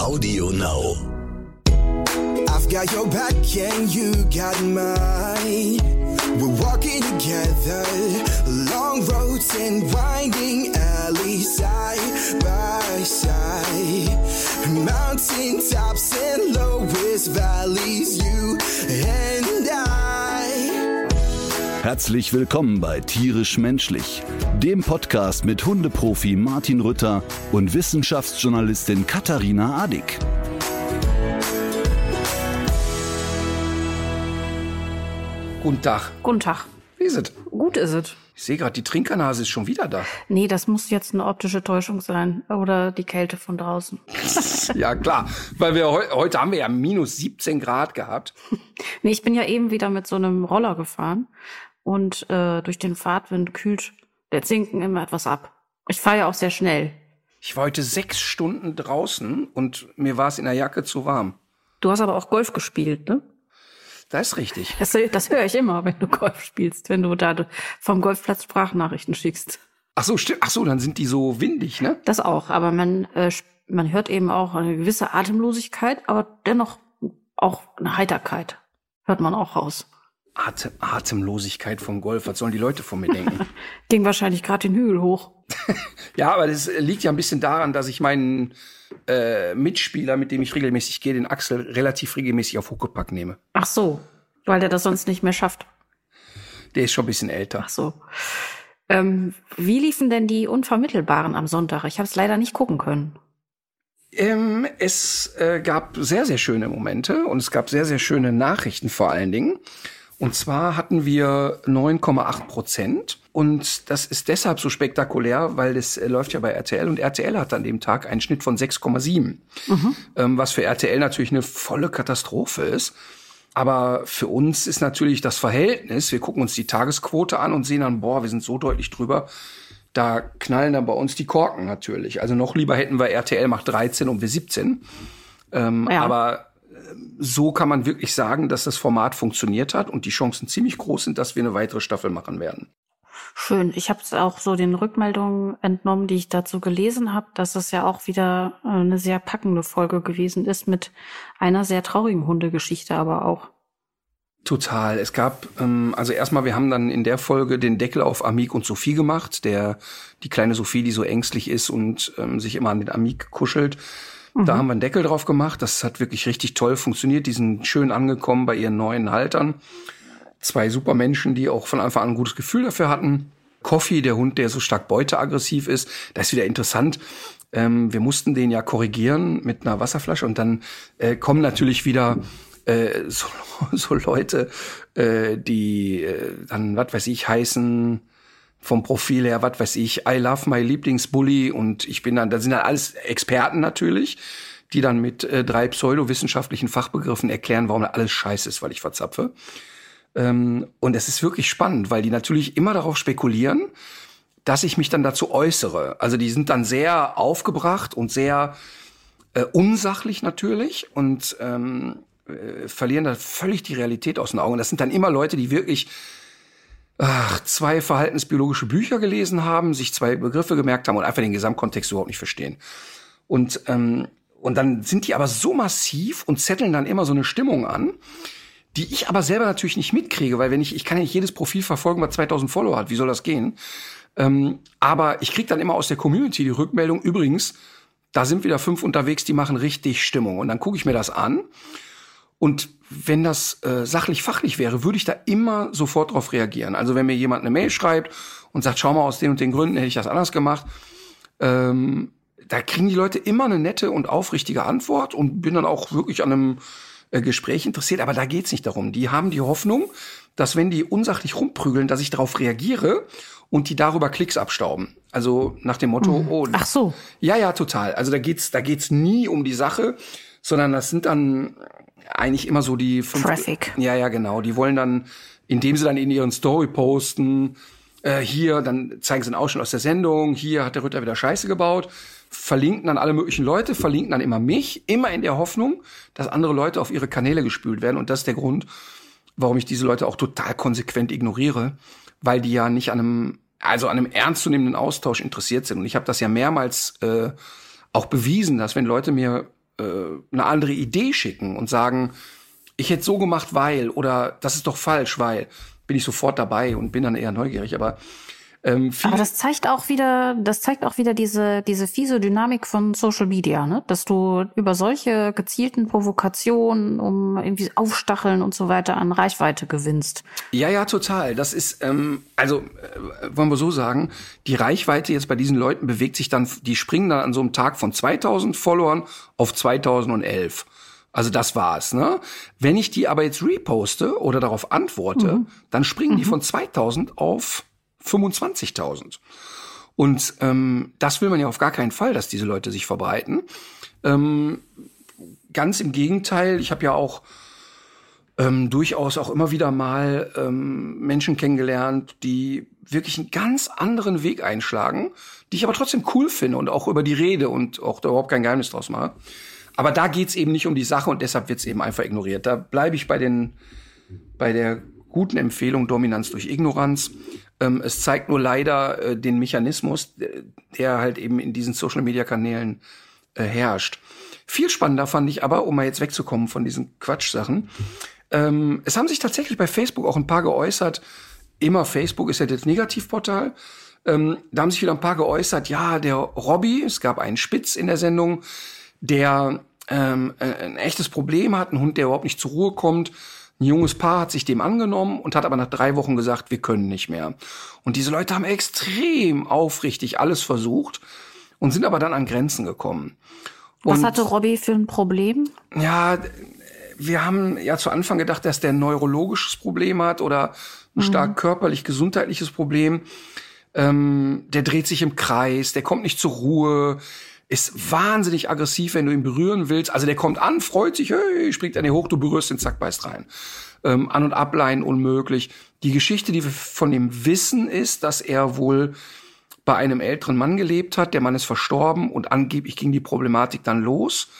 Audio Now. I've got your back and you got mine. We're walking together, long roads and winding alleys, side by side. Mountain tops and lowest valleys, you and I. Herzlich willkommen bei Tierisch Menschlich, dem Podcast mit Hundeprofi Martin Rütter und Wissenschaftsjournalistin Katharina Adick. Guten Tag. Guten Tag. Wie ist es? Gut ist es. Ich sehe gerade, die Trinkernase ist schon wieder da. Nee, das muss jetzt eine optische Täuschung sein. Oder die Kälte von draußen. Ja, klar. Weil wir heute haben wir ja minus 17 Grad gehabt. Nee, ich bin ja eben wieder mit so einem Roller gefahren. Und durch den Fahrtwind kühlt der Zinken immer etwas ab. Ich fahre ja auch sehr schnell. Ich war heute 6 Stunden draußen und mir war es in der Jacke zu warm. Du hast aber auch Golf gespielt, ne? Das ist richtig. Das höre ich immer, wenn du Golf spielst, wenn du da vom Golfplatz Sprachnachrichten schickst. Ach so, stimmt. Ach so, dann sind die so windig, ne? Das auch, aber man hört eben auch eine gewisse Atemlosigkeit, aber dennoch auch eine Heiterkeit. Hört man auch raus. Atemlosigkeit vom Golf. Was sollen die Leute von mir denken? Ging wahrscheinlich gerade den Hügel hoch. Ja, aber das liegt ja ein bisschen daran, dass ich meinen Mitspieler, mit dem ich regelmäßig gehe, den Axel, relativ regelmäßig auf Huckepack nehme. Ach so, weil der das sonst nicht mehr schafft. Der ist schon ein bisschen älter. Ach so. Wie liefen denn die Unvermittelbaren am Sonntag? Ich habe es leider nicht gucken können. Es gab sehr, sehr schöne Momente und es gab sehr, sehr schöne Nachrichten vor allen Dingen. Und zwar hatten wir 9,8%. Und das ist deshalb so spektakulär, weil das läuft ja bei RTL. Und RTL hat an dem Tag einen Schnitt von 6,7. Was für RTL natürlich eine volle Katastrophe ist. Aber für uns ist natürlich das Verhältnis, wir gucken uns die Tagesquote an und sehen dann, boah, wir sind so deutlich drüber. Da knallen dann bei uns die Korken natürlich. Also noch lieber hätten wir RTL macht 13 und wir 17. Ja. Aber so kann man wirklich sagen, dass das Format funktioniert hat und die Chancen ziemlich groß sind, dass wir eine weitere Staffel machen werden. Schön. Ich habe es auch so den Rückmeldungen entnommen, die ich dazu gelesen habe, dass es ja auch wieder eine sehr packende Folge gewesen ist mit einer sehr traurigen Hundegeschichte aber auch. Total. Es gab, also erstmal, wir haben dann in der Folge den Deckel auf Amik und Sophie gemacht, die kleine Sophie, die so ängstlich ist und sich immer an den Amik kuschelt. Da haben wir einen Deckel drauf gemacht. Das hat wirklich richtig toll funktioniert. Die sind schön angekommen bei ihren neuen Haltern. 2 super Menschen, die auch von Anfang an ein gutes Gefühl dafür hatten. Coffee, der Hund, der so stark beuteaggressiv ist. Das ist wieder interessant. Wir mussten den ja korrigieren mit einer Wasserflasche. Und dann kommen natürlich wieder so Leute, die dann, was weiß ich, heißen vom Profil her, was weiß ich, I love my Lieblingsbully und ich bin dann, da sind dann alles Experten natürlich, die dann mit 3 pseudowissenschaftlichen Fachbegriffen erklären, warum da alles scheiße ist, weil ich verzapfe. Und es ist wirklich spannend, weil die natürlich immer darauf spekulieren, dass ich mich dann dazu äußere. Also die sind dann sehr aufgebracht und sehr unsachlich natürlich und verlieren da völlig die Realität aus den Augen. Das sind dann immer Leute, die wirklich 2 verhaltensbiologische Bücher gelesen haben, sich 2 Begriffe gemerkt haben und einfach den Gesamtkontext überhaupt nicht verstehen. Und dann sind die aber so massiv und zetteln dann immer so eine Stimmung an, die ich aber selber natürlich nicht mitkriege, weil ich kann ja nicht jedes Profil verfolgen, was 2000 Follower hat. Wie soll das gehen? Aber ich krieg dann immer aus der Community die Rückmeldung, übrigens, da sind wieder 5 unterwegs, die machen richtig Stimmung. Und dann gucke ich mir das an. Und wenn das sachlich-fachlich wäre, würde ich da immer sofort drauf reagieren. Also wenn mir jemand eine Mail schreibt und sagt, schau mal, aus den und den Gründen hätte ich das anders gemacht, da kriegen die Leute immer eine nette und aufrichtige Antwort und bin dann auch wirklich an einem Gespräch interessiert. Aber da geht's nicht darum. Die haben die Hoffnung, dass wenn die unsachlich rumprügeln, dass ich darauf reagiere und die darüber Klicks abstauben. Also nach dem Motto, oh. Ach so. Ja, total. Also da geht's nie um die Sache, sondern das sind dann eigentlich immer so die 5. Traffic. Ja, genau. Die wollen dann, indem sie dann in ihren Story posten, hier, dann zeigen sie einen Ausschnitt aus der Sendung, hier hat der Ritter wieder Scheiße gebaut, verlinken dann alle möglichen Leute, verlinken dann immer mich, immer in der Hoffnung, dass andere Leute auf ihre Kanäle gespült werden. Und das ist der Grund, warum ich diese Leute auch total konsequent ignoriere, weil die ja nicht an einem ernstzunehmenden Austausch interessiert sind. Und ich habe das ja mehrmals auch bewiesen, dass wenn Leute mir eine andere Idee schicken und sagen, ich hätte so gemacht, weil, oder das ist doch falsch, weil, bin ich sofort dabei und bin dann eher neugierig. Aber das zeigt auch wieder diese fiese Dynamik von Social Media, ne? Dass du über solche gezielten Provokationen, um irgendwie Aufstacheln und so weiter an Reichweite gewinnst. Ja, total. Das ist, wollen wir so sagen, die Reichweite jetzt bei diesen Leuten bewegt sich dann, die springen dann an so einem Tag von 2000 Followern auf 2011. Also das war's, ne? Wenn ich die aber jetzt reposte oder darauf antworte, dann springen die von 2000 auf 25.000. Und das will man ja auf gar keinen Fall, dass diese Leute sich verbreiten. Ganz im Gegenteil, ich habe ja auch durchaus auch immer wieder mal Menschen kennengelernt, die wirklich einen ganz anderen Weg einschlagen, die ich aber trotzdem cool finde und auch über die rede und auch da überhaupt kein Geheimnis draus mache. Aber da geht's eben nicht um die Sache und deshalb wird's eben einfach ignoriert. Da bleibe ich bei der guten Empfehlung Dominanz durch Ignoranz. Es zeigt nur leider den Mechanismus, der halt eben in diesen Social-Media-Kanälen herrscht. Viel spannender fand ich aber, um mal jetzt wegzukommen von diesen Quatschsachen, es haben sich tatsächlich bei Facebook auch ein paar geäußert, immer Facebook ist ja das Negativportal, da haben sich wieder ein paar geäußert, ja, der Robby, es gab einen Spitz in der Sendung, der ein echtes Problem hat, ein Hund, der überhaupt nicht zur Ruhe kommt. Ein junges Paar hat sich dem angenommen und hat aber nach 3 Wochen gesagt, wir können nicht mehr. Und diese Leute haben extrem aufrichtig alles versucht und sind aber dann an Grenzen gekommen. Was hatte Robby für ein Problem? Ja, wir haben ja zu Anfang gedacht, dass der ein neurologisches Problem hat oder ein stark körperlich-gesundheitliches Problem. Der dreht sich im Kreis, der kommt nicht zur Ruhe, ist wahnsinnig aggressiv, wenn du ihn berühren willst. Also der kommt an, freut sich, hey, springt an dir hoch, du berührst den, zack, beißt rein. An- und ableihen unmöglich. Die Geschichte, die wir von ihm wissen, ist, dass er wohl bei einem älteren Mann gelebt hat. Der Mann ist verstorben und angeblich ging die Problematik dann los.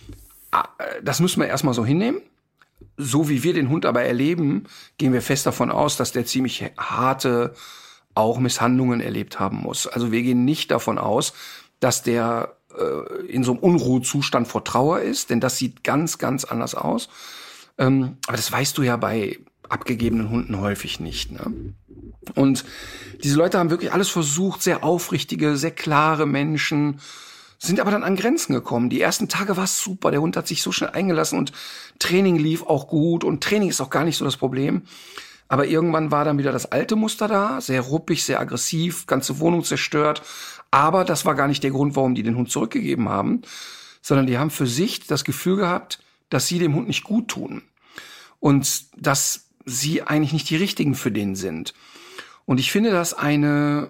Das müssen wir erstmal so hinnehmen. So wie wir den Hund aber erleben, gehen wir fest davon aus, dass der ziemlich harte auch Misshandlungen erlebt haben muss. Also wir gehen nicht davon aus, dass der in so einem Unruhezustand vor Trauer ist, denn das sieht ganz, ganz anders aus. Aber das weißt du ja bei abgegebenen Hunden häufig nicht, ne? Und diese Leute haben wirklich alles versucht, sehr aufrichtige, sehr klare Menschen, sind aber dann an Grenzen gekommen. Die ersten Tage war es super, der Hund hat sich so schnell eingelassen und Training lief auch gut und Training ist auch gar nicht so das Problem. Aber irgendwann war dann wieder das alte Muster da, sehr ruppig, sehr aggressiv, ganze Wohnung zerstört. Aber das war gar nicht der Grund, warum die den Hund zurückgegeben haben, sondern die haben für sich das Gefühl gehabt, dass sie dem Hund nicht gut tun und dass sie eigentlich nicht die Richtigen für den sind. Und ich finde das eine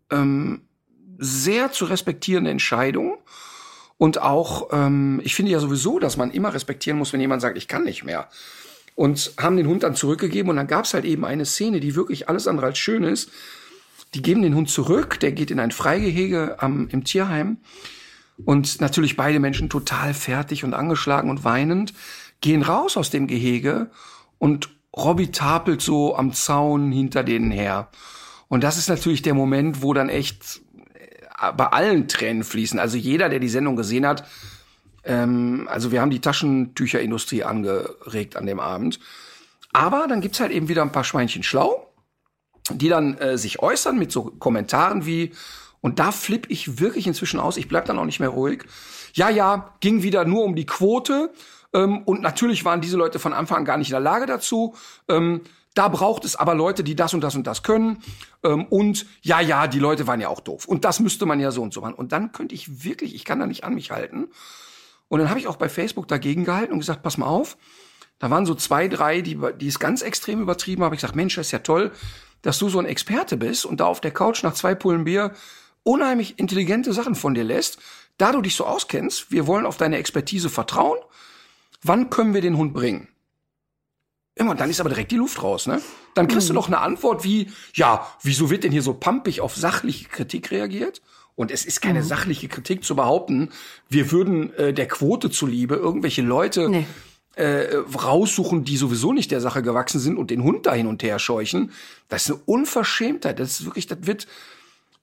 sehr zu respektierende Entscheidung. Und auch, ich finde ja sowieso, dass man immer respektieren muss, wenn jemand sagt, ich kann nicht mehr. Und haben den Hund dann zurückgegeben und dann gab es halt eben eine Szene, die wirklich alles andere als schön ist. Die geben den Hund zurück, der geht in ein Freigehege im Tierheim und natürlich beide Menschen total fertig und angeschlagen und weinend, gehen raus aus dem Gehege und Robby tapelt so am Zaun hinter denen her. Und das ist natürlich der Moment, wo dann echt bei allen Tränen fließen. Also jeder, der die Sendung gesehen hat, also wir haben die Taschentücherindustrie angeregt an dem Abend. Aber dann gibt's halt eben wieder ein paar Schweinchen schlau, die dann sich äußern mit so Kommentaren wie, und da flippe ich wirklich inzwischen aus, ich bleib dann auch nicht mehr ruhig. Ja, ging wieder nur um die Quote und natürlich waren diese Leute von Anfang an gar nicht in der Lage dazu. Da braucht es aber Leute, die das und das und das können. Und ja, die Leute waren ja auch doof. Und das müsste man ja so und so machen. Und dann könnte ich wirklich, ich kann da nicht an mich halten. Und dann habe ich auch bei Facebook dagegen gehalten und gesagt, pass mal auf. Da waren so 2, 3, die es ganz extrem übertrieben haben. Ich gesagt, Mensch, das ist ja toll, dass du so ein Experte bist und da auf der Couch nach 2 Pullen Bier unheimlich intelligente Sachen von dir lässt. Da du dich so auskennst, wir wollen auf deine Expertise vertrauen. Wann können wir den Hund bringen? Immer, dann ist aber direkt die Luft raus, ne? Dann kriegst du doch eine Antwort wie, ja, wieso wird denn hier so pampig auf sachliche Kritik reagiert? Und es ist keine sachliche Kritik zu behaupten, wir würden der Quote zuliebe irgendwelche Leute raussuchen, die sowieso nicht der Sache gewachsen sind und den Hund da hin und her scheuchen. Das ist eine Unverschämtheit. Das ist wirklich, das wird,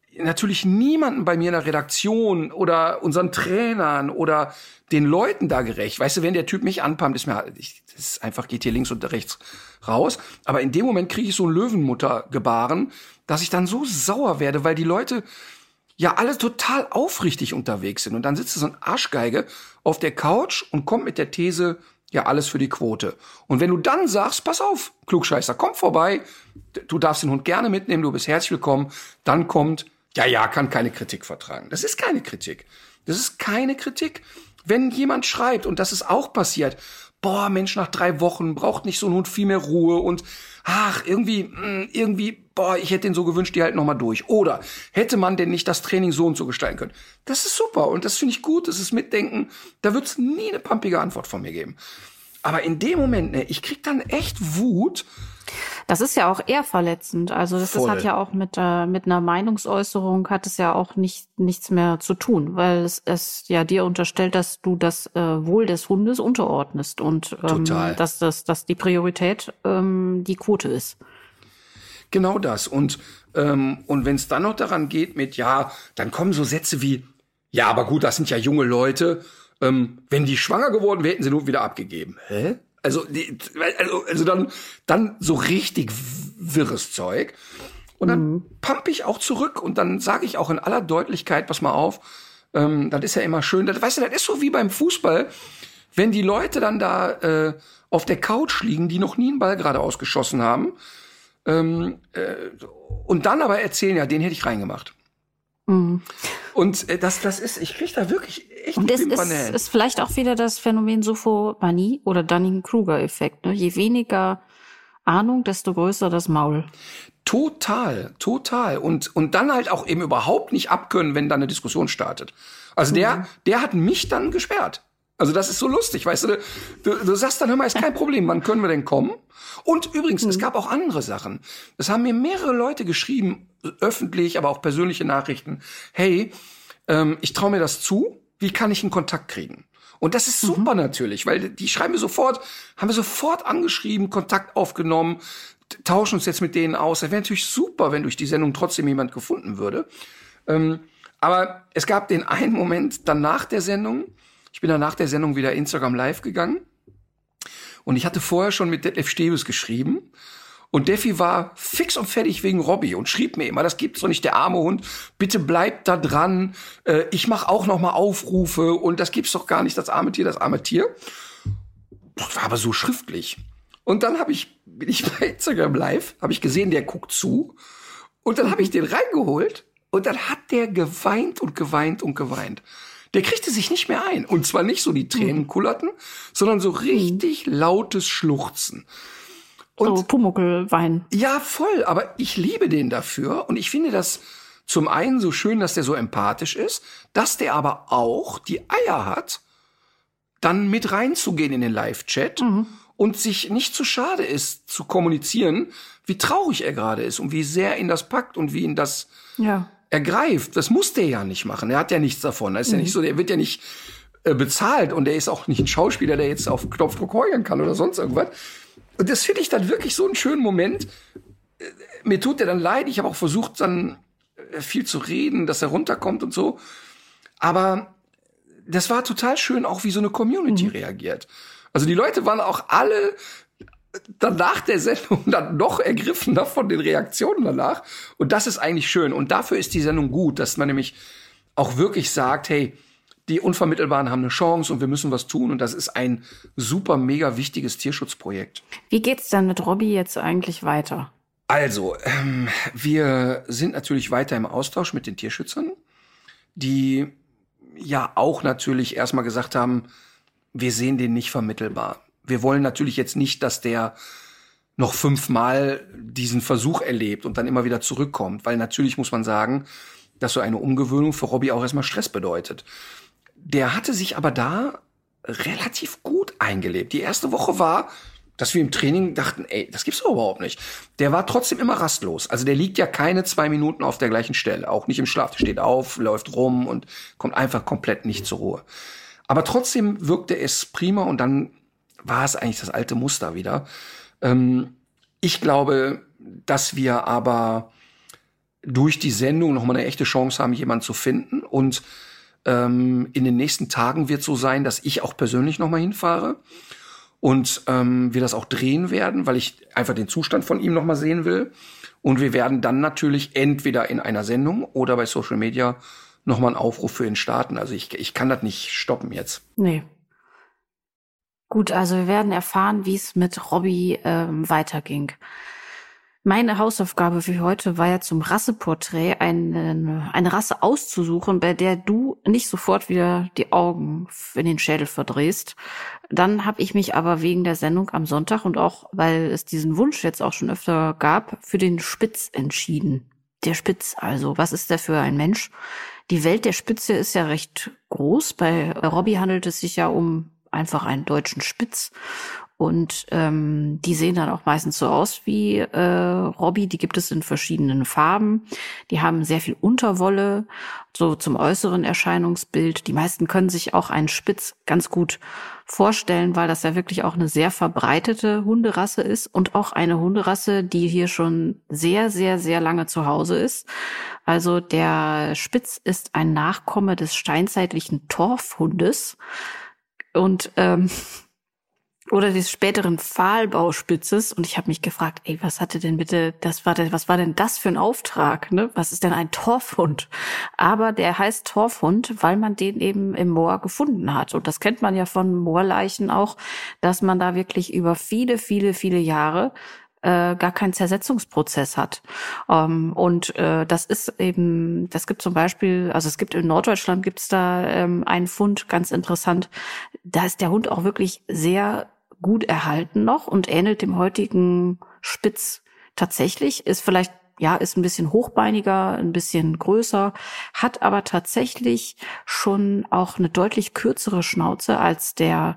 natürlich niemanden bei mir in der Redaktion oder unseren Trainern oder den Leuten da gerecht. Weißt du, wenn der Typ mich anpumpt, das ist einfach, geht hier links und rechts raus. Aber in dem Moment kriege ich so ein Löwenmutter-Gebaren, dass ich dann so sauer werde, weil die Leute ja alle total aufrichtig unterwegs sind. Und dann sitzt so ein Arschgeige auf der Couch und kommt mit der These, ja, alles für die Quote. Und wenn du dann sagst, pass auf, Klugscheißer, komm vorbei, du darfst den Hund gerne mitnehmen, du bist herzlich willkommen, dann kommt, ja, kann keine Kritik vertragen. Das ist keine Kritik. Das ist keine Kritik. Wenn jemand schreibt, und das ist auch passiert, boah, Mensch, nach 3 Wochen braucht nicht so ein Hund viel mehr Ruhe und irgendwie, boah, ich hätte den so gewünscht, die halten noch mal durch. Oder hätte man denn nicht das Training so und so gestalten können? Das ist super und das finde ich gut, das ist Mitdenken. Da wird es nie eine pumpige Antwort von mir geben. Aber in dem Moment, ne, ich krieg dann echt Wut. Das ist ja auch eher verletzend. Also das hat ja auch mit einer Meinungsäußerung hat es ja auch nichts mehr zu tun, weil es ja dir unterstellt, dass du das Wohl des Hundes unterordnest und dass die Priorität die Quote ist. Genau das. Und wenn es dann noch daran geht mit, ja, dann kommen so Sätze wie, ja, aber gut, das sind ja junge Leute. Wenn die schwanger geworden wären, hätten sie nur wieder abgegeben. Hä? Also dann so richtig wirres Zeug. Und dann pump ich auch zurück und dann sage ich auch in aller Deutlichkeit, pass mal auf, das ist ja immer schön. Weißt du, das ist so wie beim Fußball, wenn die Leute dann da auf der Couch liegen, die noch nie einen Ball gerade ausgeschossen haben, und dann aber erzählen, ja, den hätte ich reingemacht. Und das ist, ich krieg da wirklich echt und das ist vielleicht auch wieder das Phänomen Sophomanie oder Dunning-Kruger-Effekt. Ne? Je weniger Ahnung, desto größer das Maul. Total. Und dann halt auch eben überhaupt nicht abkönnen, wenn da eine Diskussion startet. Also der hat mich dann gesperrt. Also das ist so lustig, weißt du, du sagst dann, hör mal, ist kein Problem, wann können wir denn kommen? Und übrigens, es gab auch andere Sachen. Es haben mir mehrere Leute geschrieben, öffentlich, aber auch persönliche Nachrichten. Hey, ich traue mir das zu, wie kann ich einen Kontakt kriegen? Und das ist super natürlich, weil die schreiben mir haben wir sofort angeschrieben, Kontakt aufgenommen, tauschen uns jetzt mit denen aus. Das wäre natürlich super, wenn durch die Sendung trotzdem jemand gefunden würde. Aber es gab den einen Moment dann nach der Sendung. Ich bin dann nach der Sendung wieder Instagram live gegangen. Und ich hatte vorher schon mit Detlef Stebes geschrieben. Und Defi war fix und fertig wegen Robby und schrieb mir immer, das gibt's doch nicht, der arme Hund, bitte bleibt da dran. Ich mache auch noch mal Aufrufe und das gibt's doch gar nicht, das arme Tier. Das war aber so schriftlich. Und dann bin ich bei Instagram live, habe ich gesehen, der guckt zu. Und dann habe ich den reingeholt und dann hat der geweint und geweint und geweint. Der kriegte sich nicht mehr ein. Und zwar nicht so die Tränen kullerten, sondern so richtig lautes Schluchzen. Und so Pumuckl-Wein. Ja, voll. Aber ich liebe den dafür. Und ich finde das zum einen so schön, dass der so empathisch ist, dass der aber auch die Eier hat, dann mit reinzugehen in den Live-Chat und sich nicht zu schade ist, zu kommunizieren, wie traurig er gerade ist und wie sehr ihn das packt und wie ihn das ergreift. Das muss der ja nicht machen. Er hat ja nichts davon. Das ist ja nicht so, der wird ja nicht bezahlt und er ist auch nicht ein Schauspieler, der jetzt auf Knopfdruck heulen kann oder sonst irgendwas. Und das finde ich dann wirklich so einen schönen Moment. Mir tut der dann leid. Ich habe auch versucht, dann viel zu reden, dass er runterkommt und so. Aber das war total schön, auch wie so eine Community reagiert. Also die Leute waren auch alle dann nach der Sendung dann noch ergriffener von den Reaktionen danach. Und das ist eigentlich schön. Und dafür ist die Sendung gut, dass man nämlich auch wirklich sagt, hey, die Unvermittelbaren haben eine Chance und wir müssen was tun. Und das ist ein super, mega wichtiges Tierschutzprojekt. Wie geht's denn mit Robby jetzt eigentlich weiter? Also, wir sind natürlich weiter im Austausch mit den Tierschützern, die ja auch natürlich erstmal gesagt haben, wir sehen den nicht vermittelbar. Wir wollen natürlich jetzt nicht, dass der noch 5-mal diesen Versuch erlebt und dann immer wieder zurückkommt. Weil natürlich muss man sagen, dass so eine Umgewöhnung für Robby auch erstmal Stress bedeutet. Der hatte sich aber da relativ gut eingelebt. Die erste Woche war, dass wir im Training dachten, ey, das gibt's doch überhaupt nicht. Der war trotzdem immer rastlos. Also der liegt ja keine 2 Minuten auf der gleichen Stelle. Auch nicht im Schlaf. Der steht auf, läuft rum und kommt einfach komplett nicht zur Ruhe. Aber trotzdem wirkte es prima und dann war es eigentlich das alte Muster wieder. Ich glaube, dass wir aber durch die Sendung noch mal eine echte Chance haben, jemanden zu finden. Und in den nächsten Tagen wird so sein, dass ich auch persönlich noch mal hinfahre und wir das auch drehen werden, weil ich einfach den Zustand von ihm noch mal sehen will. Und wir werden dann natürlich entweder in einer Sendung oder bei Social Media noch mal einen Aufruf für ihn starten. Also ich kann das nicht stoppen jetzt. Nee. Gut, also wir werden erfahren, wie es mit Robbie weiterging. Meine Hausaufgabe für heute war ja zum Rasseporträt eine Rasse auszusuchen, bei der du nicht sofort wieder die Augen in den Schädel verdrehst. Dann habe ich mich aber wegen der Sendung am Sonntag und auch, weil es diesen Wunsch jetzt auch schon öfter gab, für den Spitz entschieden. Der Spitz also, was ist der für ein Mensch? Die Welt der Spitze ist ja recht groß. Bei Robbie handelt es sich ja um einfach einen deutschen Spitz. Und die sehen dann auch meistens so aus wie Robbie. Die gibt es in verschiedenen Farben. Die haben sehr viel Unterwolle, so zum äußeren Erscheinungsbild. Die meisten können sich auch einen Spitz ganz gut vorstellen, weil das ja wirklich auch eine sehr verbreitete Hunderasse ist und auch eine Hunderasse, die hier schon sehr, sehr, sehr lange zu Hause ist. Also der Spitz ist ein Nachkomme des steinzeitlichen Torfhundes und oder des späteren Pfahlbauspitzes. Und ich habe mich gefragt, was hatte denn bitte, was war denn das für ein Auftrag, ne? Was ist denn ein Torfhund? Aber der heißt Torfhund, weil man den eben im Moor gefunden hat. Und das kennt man ja von Moorleichen auch, dass man da wirklich über viele, viele, viele Jahre gar keinen Zersetzungsprozess hat. Das ist eben, das gibt zum Beispiel, also es gibt in Norddeutschland gibt's da einen Fund, ganz interessant. Da ist der Hund auch wirklich sehr gut erhalten noch und ähnelt dem heutigen Spitz tatsächlich, ist vielleicht, ja, ist ein bisschen hochbeiniger, ein bisschen größer, hat aber tatsächlich schon auch eine deutlich kürzere Schnauze als der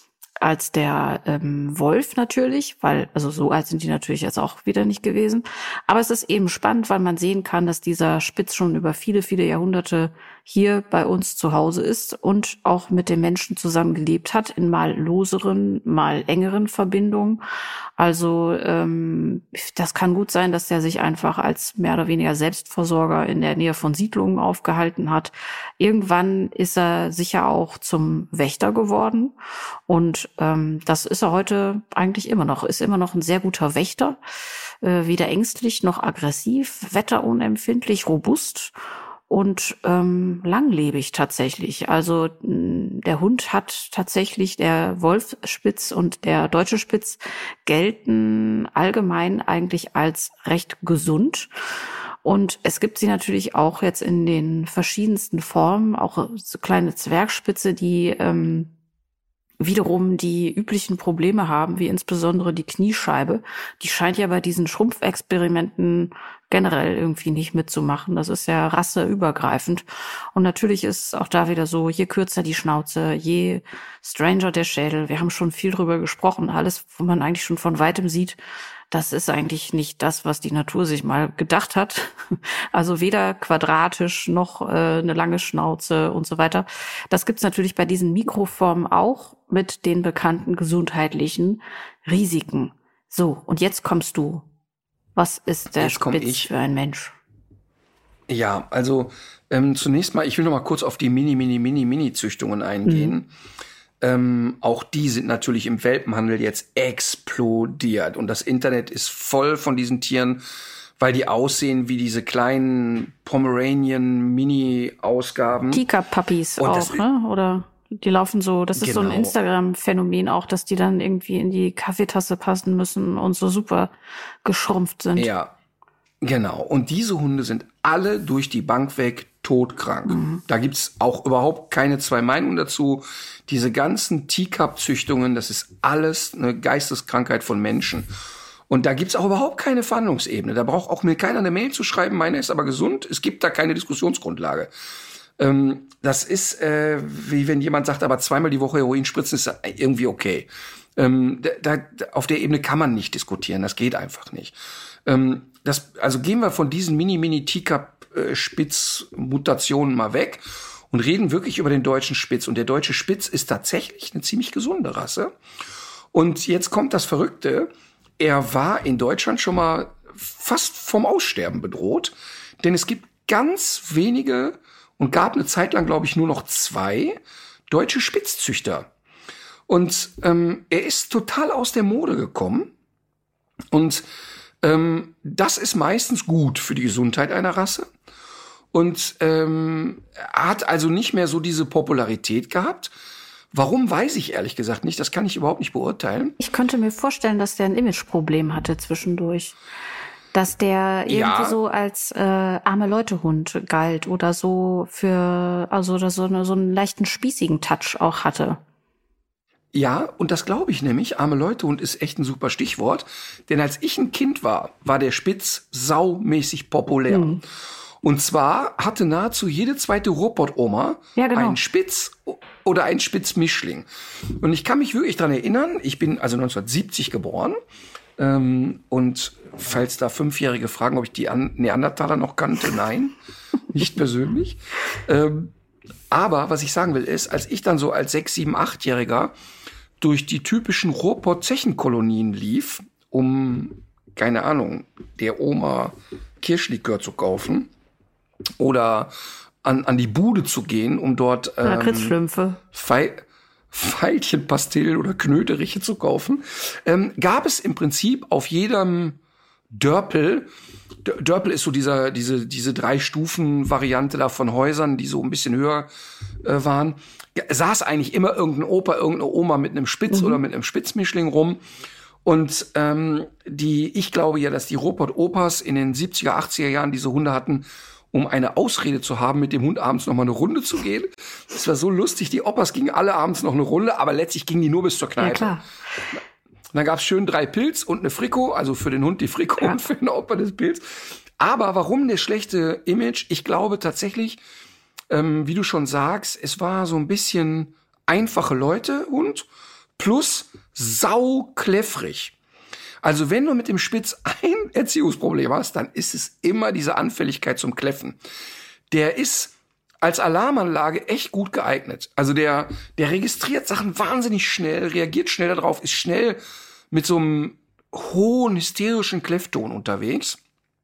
Wolf natürlich, weil, also so alt sind die natürlich jetzt auch wieder nicht gewesen. Aber es ist eben spannend, weil man sehen kann, dass dieser Spitz schon über viele, viele Jahrhunderte hier bei uns zu Hause ist und auch mit den Menschen zusammengelebt hat, in mal loseren, mal engeren Verbindungen. Also das kann gut sein, dass der sich einfach als mehr oder weniger Selbstversorger in der Nähe von Siedlungen aufgehalten hat. Irgendwann ist er sicher auch zum Wächter geworden und das ist er heute eigentlich immer noch. Ist immer noch ein sehr guter Wächter, weder ängstlich noch aggressiv, wetterunempfindlich, robust und langlebig tatsächlich. Also der Hund hat tatsächlich, der Wolfsspitz und der deutsche Spitz gelten allgemein eigentlich als recht gesund. Und es gibt sie natürlich auch jetzt in den verschiedensten Formen, auch so kleine Zwergspitze, die wiederum die üblichen Probleme haben, wie insbesondere die Kniescheibe. Die scheint ja bei diesen Schrumpfexperimenten generell irgendwie nicht mitzumachen. Das ist ja rasseübergreifend. Und natürlich ist es auch da wieder so, je kürzer die Schnauze, je stranger der Schädel. Wir haben schon viel drüber gesprochen. Alles, wo man eigentlich schon von Weitem sieht, das ist eigentlich nicht das, was die Natur sich mal gedacht hat. Also weder quadratisch noch eine lange Schnauze und so weiter. Das gibt's natürlich bei diesen Mikroformen auch mit den bekannten gesundheitlichen Risiken. So, und jetzt kommst du. Was ist der Spitz für ein Mensch? Ja, also zunächst mal, ich will noch mal kurz auf die Mini-Züchtungen eingehen. Auch die sind natürlich im Welpenhandel jetzt explodiert. Und das Internet ist voll von diesen Tieren, weil die aussehen wie diese kleinen Pomeranian-Mini-Ausgaben. Teacup-Puppies auch, ne? Oder die laufen so, das ist so ein Instagram-Phänomen auch, dass die dann irgendwie in die Kaffeetasse passen müssen und so super geschrumpft sind. Ja, genau. Und diese Hunde sind alle durch die Bank weg todkrank. Da gibt's auch überhaupt keine zwei Meinungen dazu. Diese ganzen Teacup-Züchtungen, das ist alles eine Geisteskrankheit von Menschen. Und da gibt's auch überhaupt keine Verhandlungsebene. Da braucht auch mir keiner eine Mail zu schreiben, meine ist aber gesund. Es gibt da keine Diskussionsgrundlage. Das ist wie wenn jemand sagt, aber zweimal die Woche Heroin spritzen ist irgendwie okay. Auf der Ebene kann man nicht diskutieren, das geht einfach nicht. Also gehen wir von diesen Mini-Teacup-Spitz-Mutationen mal weg und reden wirklich über den deutschen Spitz. Und der deutsche Spitz ist tatsächlich eine ziemlich gesunde Rasse. Und jetzt kommt das Verrückte, er war in Deutschland schon mal fast vom Aussterben bedroht. Denn es gibt ganz wenige und gab eine Zeit lang, glaube ich, nur noch 2 deutsche Spitzzüchter. Und er ist total aus der Mode gekommen. Und das ist meistens gut für die Gesundheit einer Rasse. Und hat also nicht mehr so diese Popularität gehabt. Warum, weiß ich ehrlich gesagt nicht. Das kann ich überhaupt nicht beurteilen. Ich könnte mir vorstellen, dass der ein Imageproblem hatte zwischendurch. Dass der irgendwie so als arme Leute-Hund galt oder so oder so einen leichten spießigen Touch auch hatte. Ja, und das glaube ich nämlich. Arme Leute-Hund ist echt ein super Stichwort. Denn als ich ein Kind war der Spitz saumäßig populär. Mhm. Und zwar hatte nahezu jede zweite Ruhrpott-Oma einen Spitz oder einen Spitz-Mischling. Und ich kann mich wirklich dran erinnern, ich bin also 1970 geboren. Und falls da 5-Jährige fragen, ob ich die Neandertaler noch kannte, nein, nicht persönlich. Aber was ich sagen will ist, als ich dann so als 6-, 7-, 8-Jähriger durch die typischen Ruhrpott-Zechenkolonien lief, um, keine Ahnung, der Oma Kirschlikör zu kaufen oder an die Bude zu gehen, um dort Lakritzschlümpfe. Veilchenpastillen oder Knöteriche zu kaufen, gab es im Prinzip auf jedem Dörpel ist so diese 3-Stufen-Variante da von Häusern, die so ein bisschen höher waren, saß eigentlich immer irgendein Opa, irgendeine Oma mit einem Spitz oder mit einem Spitzmischling rum. Und ich glaube ja, dass die Ruhrpott-Opas in den 70er, 80er Jahren diese Hunde hatten, um eine Ausrede zu haben, mit dem Hund abends noch mal eine Runde zu gehen. Das war so lustig. Die Opas gingen alle abends noch eine Runde, aber letztlich gingen die nur bis zur Kneipe. Ja, klar. Und dann gab's schön 3 Pilz und eine Frikot, also für den Hund die Frikot und für den Opa das Pilz. Aber warum das schlechte Image? Ich glaube tatsächlich, wie du schon sagst, es war so ein bisschen einfache Leute Hund plus saukläffrig. Also wenn du mit dem Spitz ein Erziehungsproblem hast, dann ist es immer diese Anfälligkeit zum Kläffen. Der ist als Alarmanlage echt gut geeignet. Also der registriert Sachen wahnsinnig schnell, reagiert schnell darauf, ist schnell mit so einem hohen hysterischen Kläffton unterwegs.